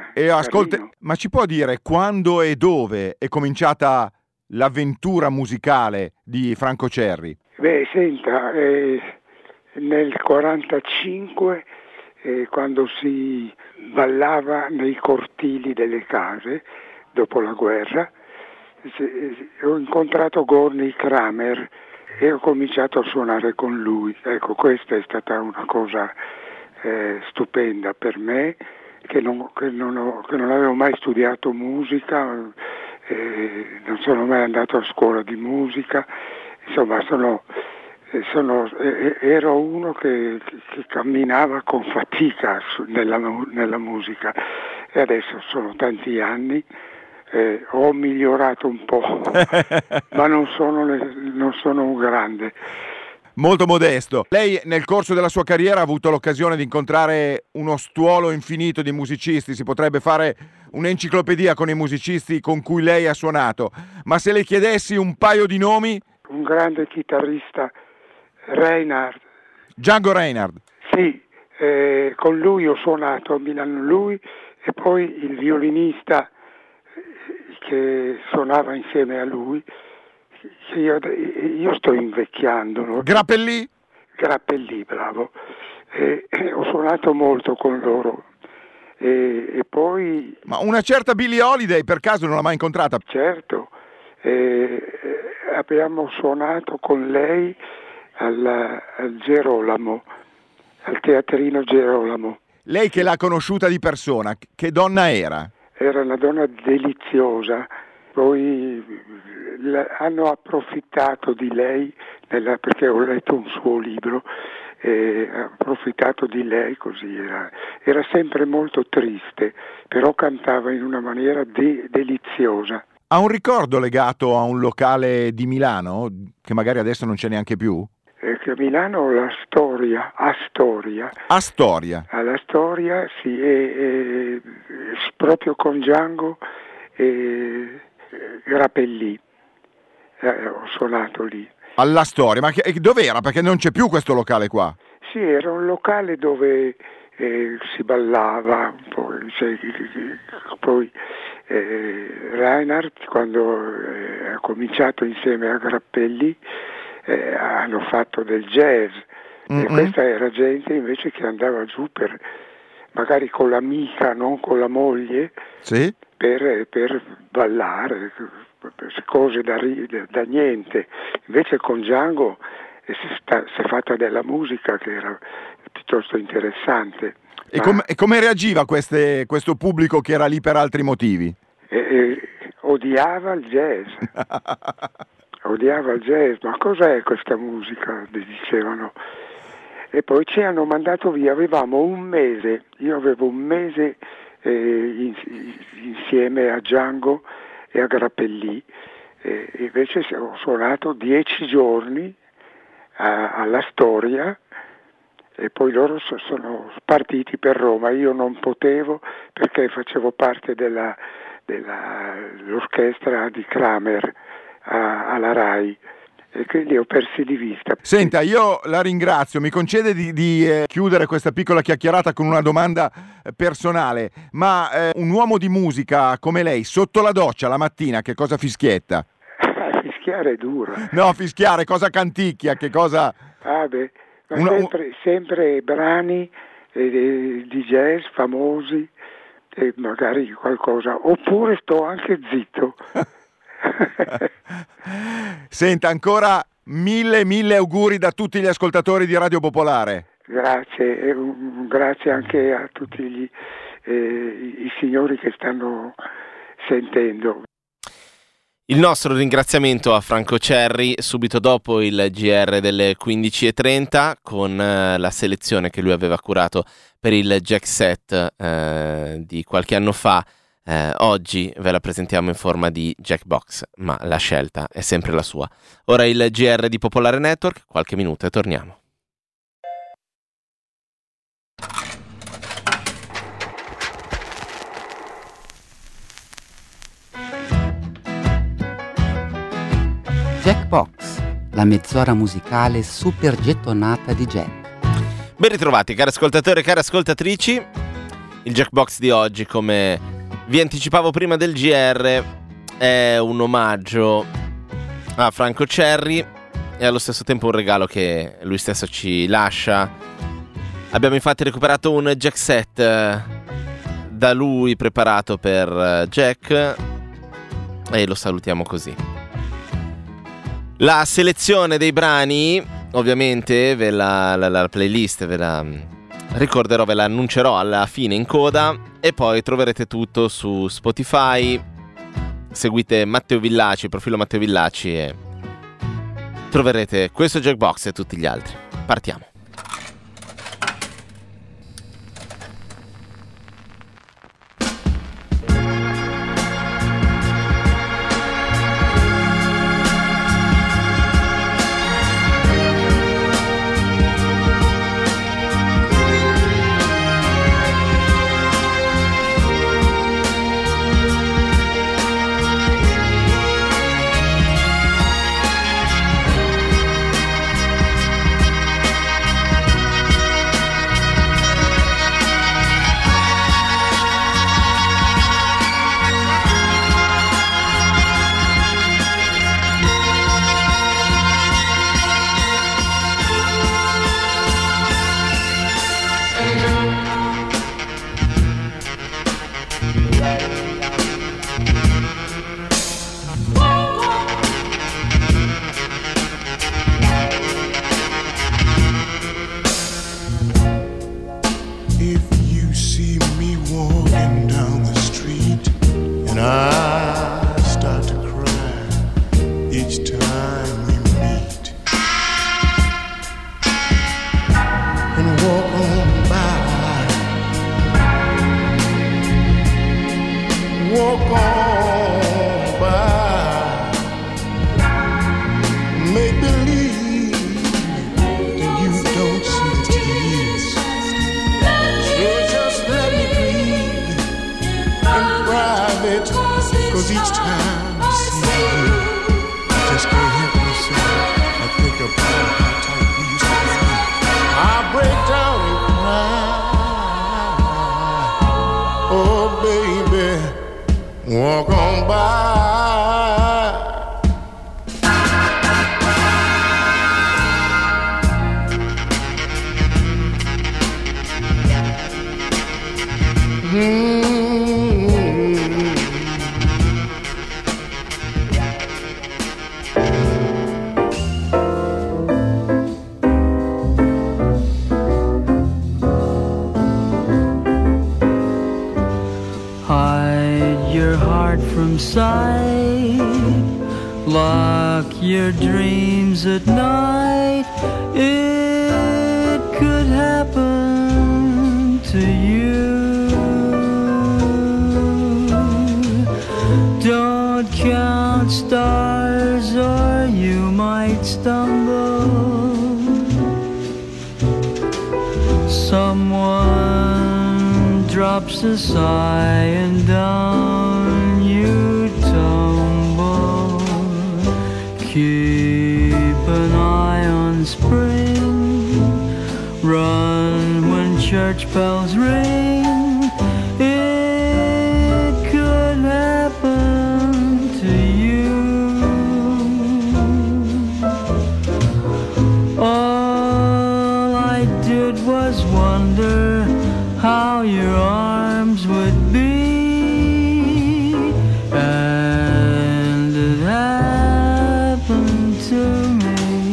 Ma ci può dire quando e dove è cominciata l'avventura musicale di Franco Cerri? Beh, senta, nel 45, quando si ballava nei cortili delle case, dopo la guerra, ho incontrato Gorny Kramer e ho cominciato a suonare con lui. Ecco, questa è stata una cosa stupenda per me, che non avevo mai studiato musica, non sono mai andato a scuola di musica, insomma ero uno che camminava con fatica nella musica, e adesso sono tanti anni. Ho migliorato un po', ma non sono un grande. Molto modesto. Lei nel corso della sua carriera ha avuto l'occasione di incontrare uno stuolo infinito di musicisti, si potrebbe fare un'enciclopedia con i musicisti con cui lei ha suonato, ma se le chiedessi un paio di nomi? Un grande chitarrista, Reinhardt. Django Reinhardt. Sì, con lui ho suonato a Milano, lui, e poi il violinista che suonava insieme a lui, che io sto invecchiando, no? Grappelli, bravo. Ho suonato molto con loro. E poi... Ma una certa Billie Holiday per caso non l'ha mai incontrata? Certo, abbiamo suonato con lei al Gerolamo, al teatrino Gerolamo. Lei che l'ha conosciuta di persona, che donna era? Era una donna deliziosa, poi hanno approfittato di lei, perché ho letto un suo libro, ha approfittato di lei, così era sempre molto triste, però cantava in una maniera deliziosa. Ha un ricordo legato a un locale di Milano, che magari adesso non c'è neanche più? Che a Milano la Storia, Astoria. Alla Storia, sì, proprio con Django e Grappelli. Ho suonato lì. Alla Storia, ma dov'era? Perché non c'è più questo locale qua. Sì, era un locale dove si ballava, poi Reinhardt, quando ha cominciato insieme a Grappelli, hanno fatto del jazz, e questa era gente invece che andava giù magari con l'amica, non con la moglie, sì, per ballare, cose da niente. Invece con Django si è fatta della musica che era piuttosto interessante. E come reagiva questo pubblico che era lì per altri motivi? Odiava il jazz. odiava il jazz, ma cos'è questa musica? Mi dicevano. E poi ci hanno mandato via, avevamo un mese, io avevo un mese insieme a Django e a Grappelli, invece ho suonato 10 giorni alla Storia e poi loro sono partiti per Roma. Io non potevo perché facevo parte dell'orchestra di Kramer alla RAI e quindi ho persi di vista. Senta, io la ringrazio, mi concede di chiudere questa piccola chiacchierata con una domanda personale, ma un uomo di musica come lei sotto la doccia la mattina che cosa fischietta? Fischiare è duro. No, fischiare, cosa canticchia, che cosa... Ma sempre brani di jazz famosi e magari qualcosa, oppure sto anche zitto. Senta, ancora mille auguri da tutti gli ascoltatori di Radio Popolare. Grazie, e grazie anche a tutti i signori che stanno sentendo. Il nostro ringraziamento a Franco Cerri subito dopo il GR delle 15:30 con la selezione che lui aveva curato per il Jack Set di qualche anno fa. Oggi ve la presentiamo in forma di Jackbox, ma la scelta è sempre la sua. Ora il GR di Popolare Network, qualche minuto e torniamo. Jackbox, la mezz'ora musicale super gettonata di Jack. Ben ritrovati cari ascoltatori e cari ascoltatrici. Il Jackbox di oggi, come vi anticipavo prima del GR, è un omaggio a Franco Cerri e allo stesso tempo un regalo che lui stesso ci lascia. Abbiamo infatti recuperato un Jack Set da lui preparato per Jack e lo salutiamo così. La selezione dei brani, ovviamente, la playlist ve la ricorderò, ve la annuncerò alla fine in coda e poi troverete tutto su Spotify. Seguite Matteo Villaci, il profilo Matteo Villaci e troverete questo Jackbox e tutti gli altri. Partiamo. Walk on by. Hide your heart from sight, lie rock your dreams at night. It could happen to you. Don't count stars or you might stumble. Someone drops a sigh and down you tumble. Keep an eye on spring. Run when church bells ring. It could happen to you. All I did was wonder how your arms would be, and it happened to me.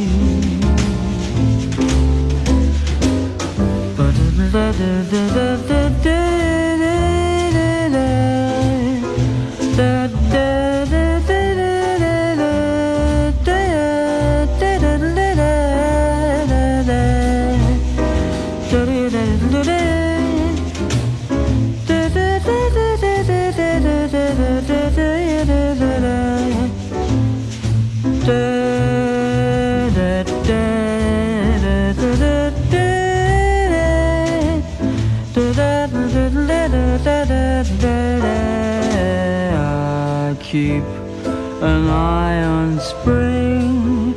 Keep an eye on spring.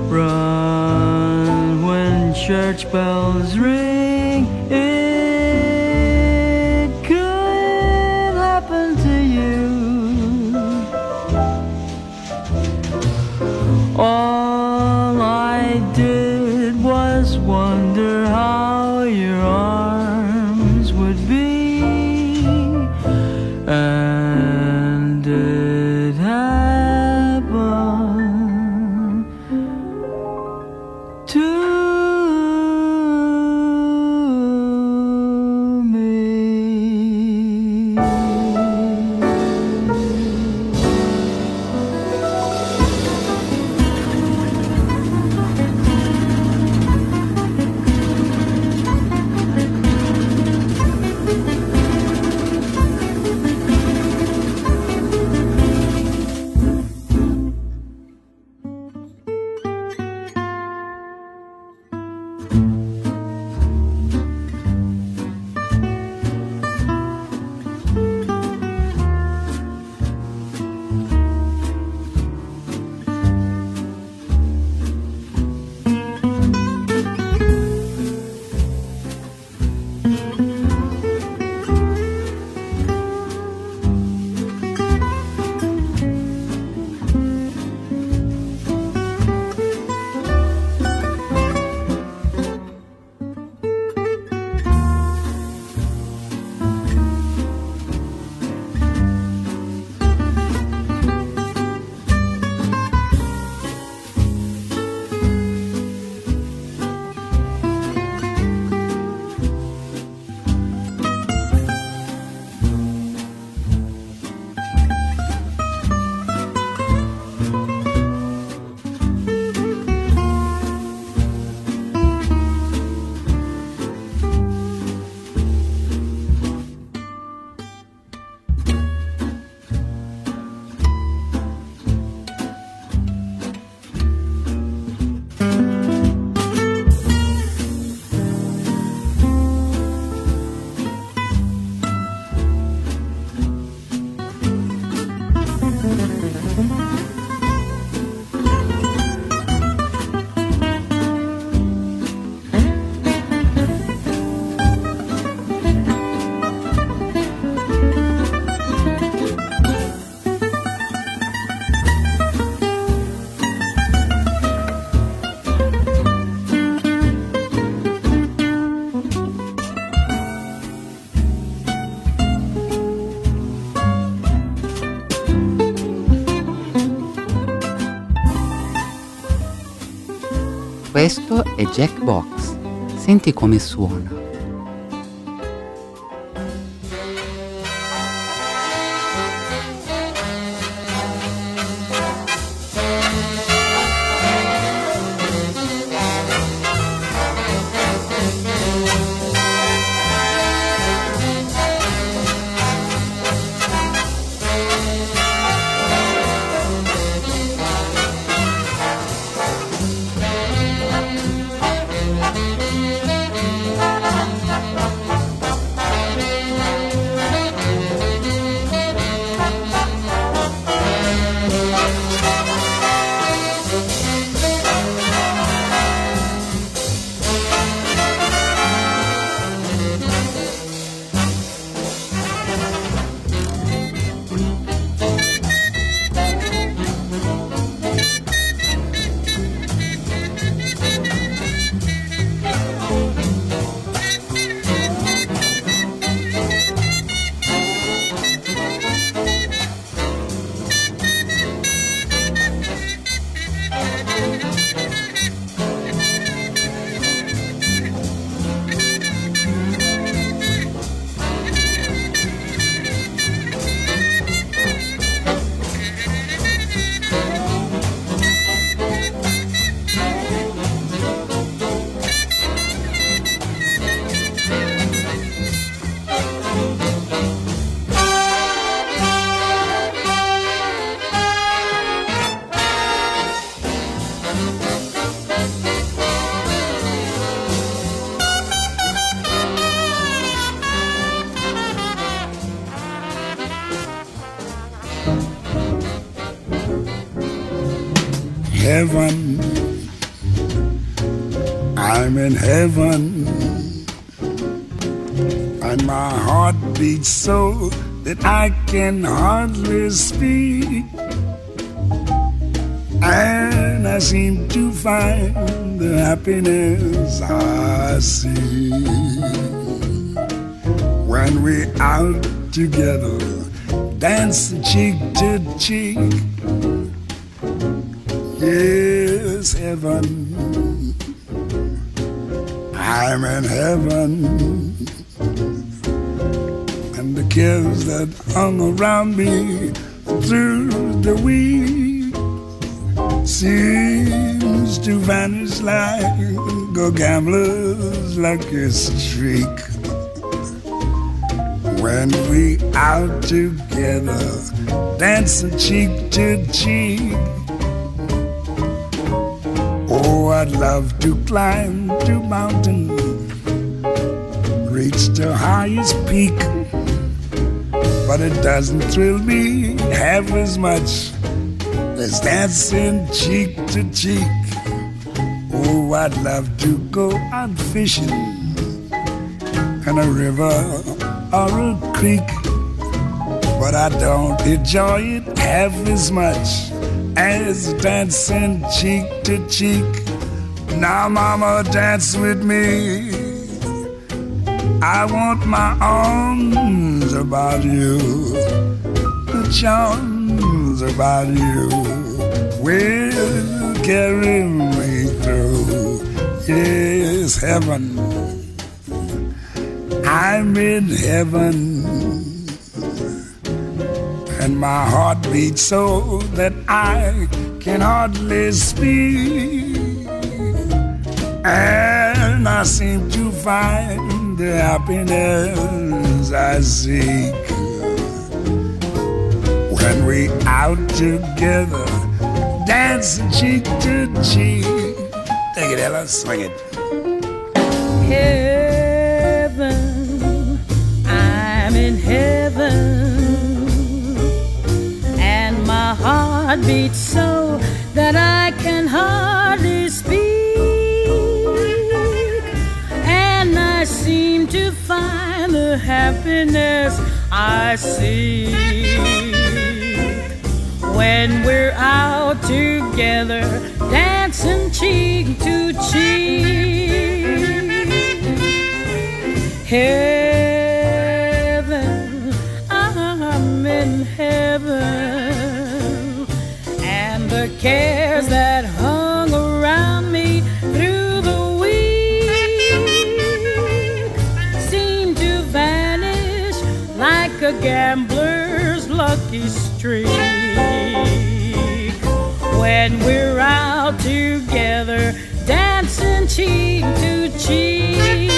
Run when church bells ring. It could happen to you. All I did was wonder how your arms would be, and it happened to me. Questo è Jackbox. Senti come suona. heaven. I'm in heaven. And my heart beats so that I can hardly speak. And I seem to find the happiness I see when we're out together, dancing cheek to cheek. Yes, heaven, I'm in heaven. And the cares that hung around me through the week seems to vanish like a gambler's lucky streak. When we out together, dancing cheek to cheek. Oh, I'd love to climb the mountain, reach the highest peak, but it doesn't thrill me half as much as dancing cheek to cheek. Oh, I'd love to go out fishing in a river or a creek, but I don't enjoy it half as much as dancing cheek to cheek. Now, mama, dance with me. I want my arms about you, the charms about you will carry me through. Yes, heaven, I'm in heaven. And my heart beats so that I can hardly speak. And I seem to find the happiness I seek when we out together, dancing cheek to cheek. Take it, Ella, swing it. Heaven, I'm in heaven. My heart beats so that I can hardly speak, and I seem to find the happiness I seek when we're out together, dancing cheek to cheek. Heaven, I'm in heaven. The cares that hung around me through the week seem to vanish like a gambler's lucky streak when we're out together, dancing cheek to cheek.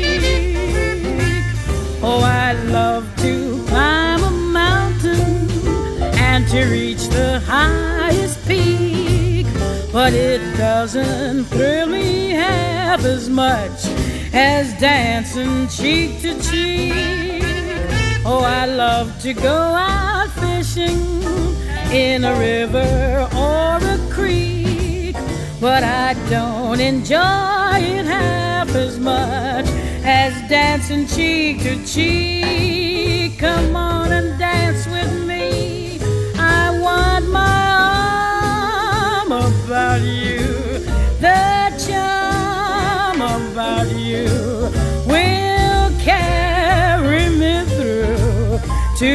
Oh, I'd love to climb a mountain and to reach the highest peak, but it doesn't thrill me half as much as dancing cheek to cheek. Oh, I love to go out fishing in a river or a creek, but I don't enjoy it half as much as dancing cheek to cheek. Come on and dance with me. I want my arm about you, the charm about you will carry me through to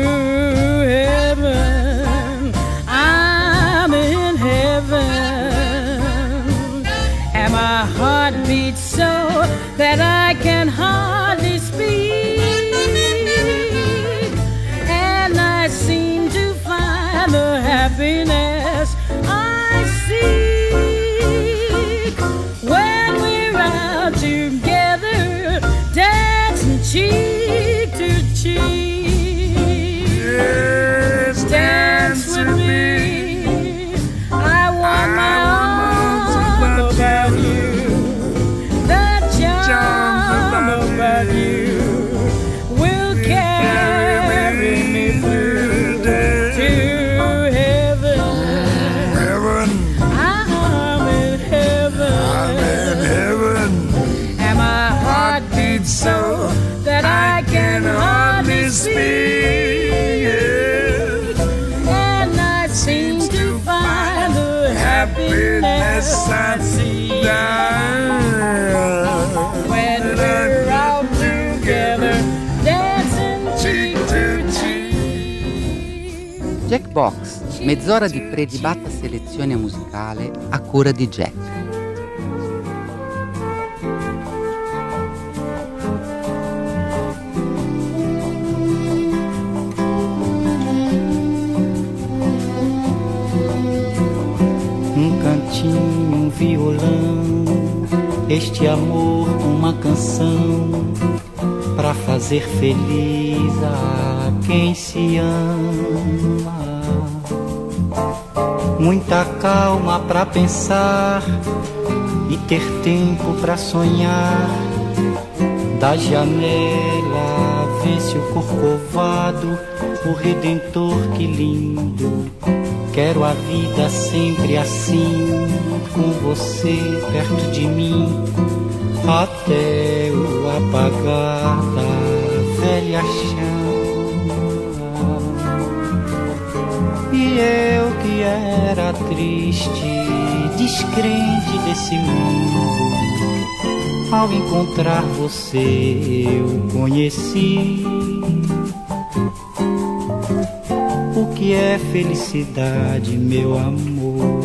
heaven. I'm in heaven, and my heart beats so that I can hardly speak, and I seem to find the happiness I seek when we're out together, dancing cheek to cheek. Yes, dance with me. I want my arms about you, the charm about you will carry me through to heaven. happiness I see when we're out together dancing cheek to cheek. Jackbox, mezz'ora di predibatta selezione musicale a cura di Jack. Um violão, este amor, uma canção pra fazer feliz a quem se ama. Muita calma pra pensar e ter tempo pra sonhar. Da janela vê-se o Corcovado, o Redentor, que lindo. Quero a vida sempre assim, com você perto de mim, até o apagar da velha chama. E eu que era triste, descrente desse mundo, ao encontrar você eu conheci o que é felicidade, meu amor.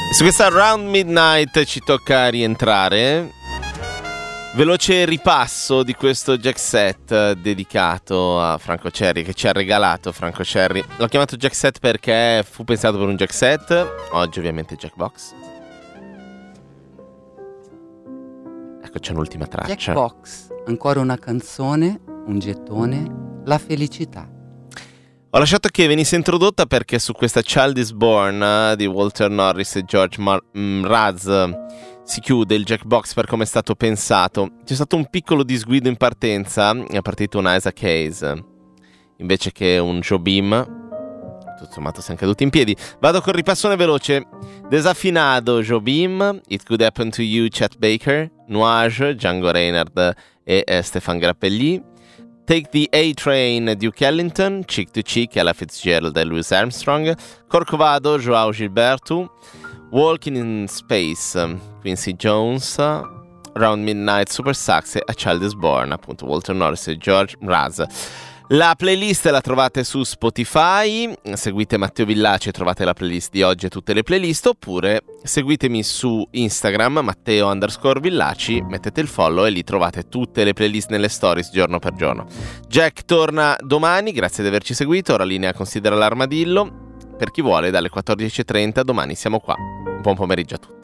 Su questa Round Midnight ci tocca rientrare. Veloce ripasso di questo jack set dedicato a Franco Cherry, che ci ha regalato Franco Cherry. L'ho chiamato jack set perché fu pensato per un jack set, oggi ovviamente Jackbox. Ecco, c'è un'ultima traccia. Jackbox, ancora una canzone, un gettone, la felicità. Ho lasciato che venisse introdotta perché su questa Child is Born di Walter Norris e George Mraz si chiude il Jackbox per come è stato pensato. C'è stato un piccolo disguido in partenza, è partito un Isaac Hayes invece che un Jobim. Tutto sommato siamo caduti in piedi. Vado col ripassone veloce. Desaffinato Jobim, It Could Happen to You Chet Baker, Nuage, Django Reinhardt e Stefan Grappelli, Take the A-Train Duke Ellington, Cheek to Cheek Ella Fitzgerald e Louis Armstrong, Corcovado Joao Gilberto, Walking in Space Quincy Jones, Round Midnight Super Sax e A Child is Born, appunto Walter Norris e George Mraz. La playlist la trovate su Spotify, seguite Matteo Villaci e trovate la playlist di oggi e tutte le playlist, oppure seguitemi su Instagram Matteo_Villaci, mettete il follow e lì trovate tutte le playlist nelle stories giorno per giorno. Jack torna domani, grazie di averci seguito, ora linea Considera l'Armadillo, per chi vuole dalle 14:30 domani siamo qua. Buon pomeriggio a tutti.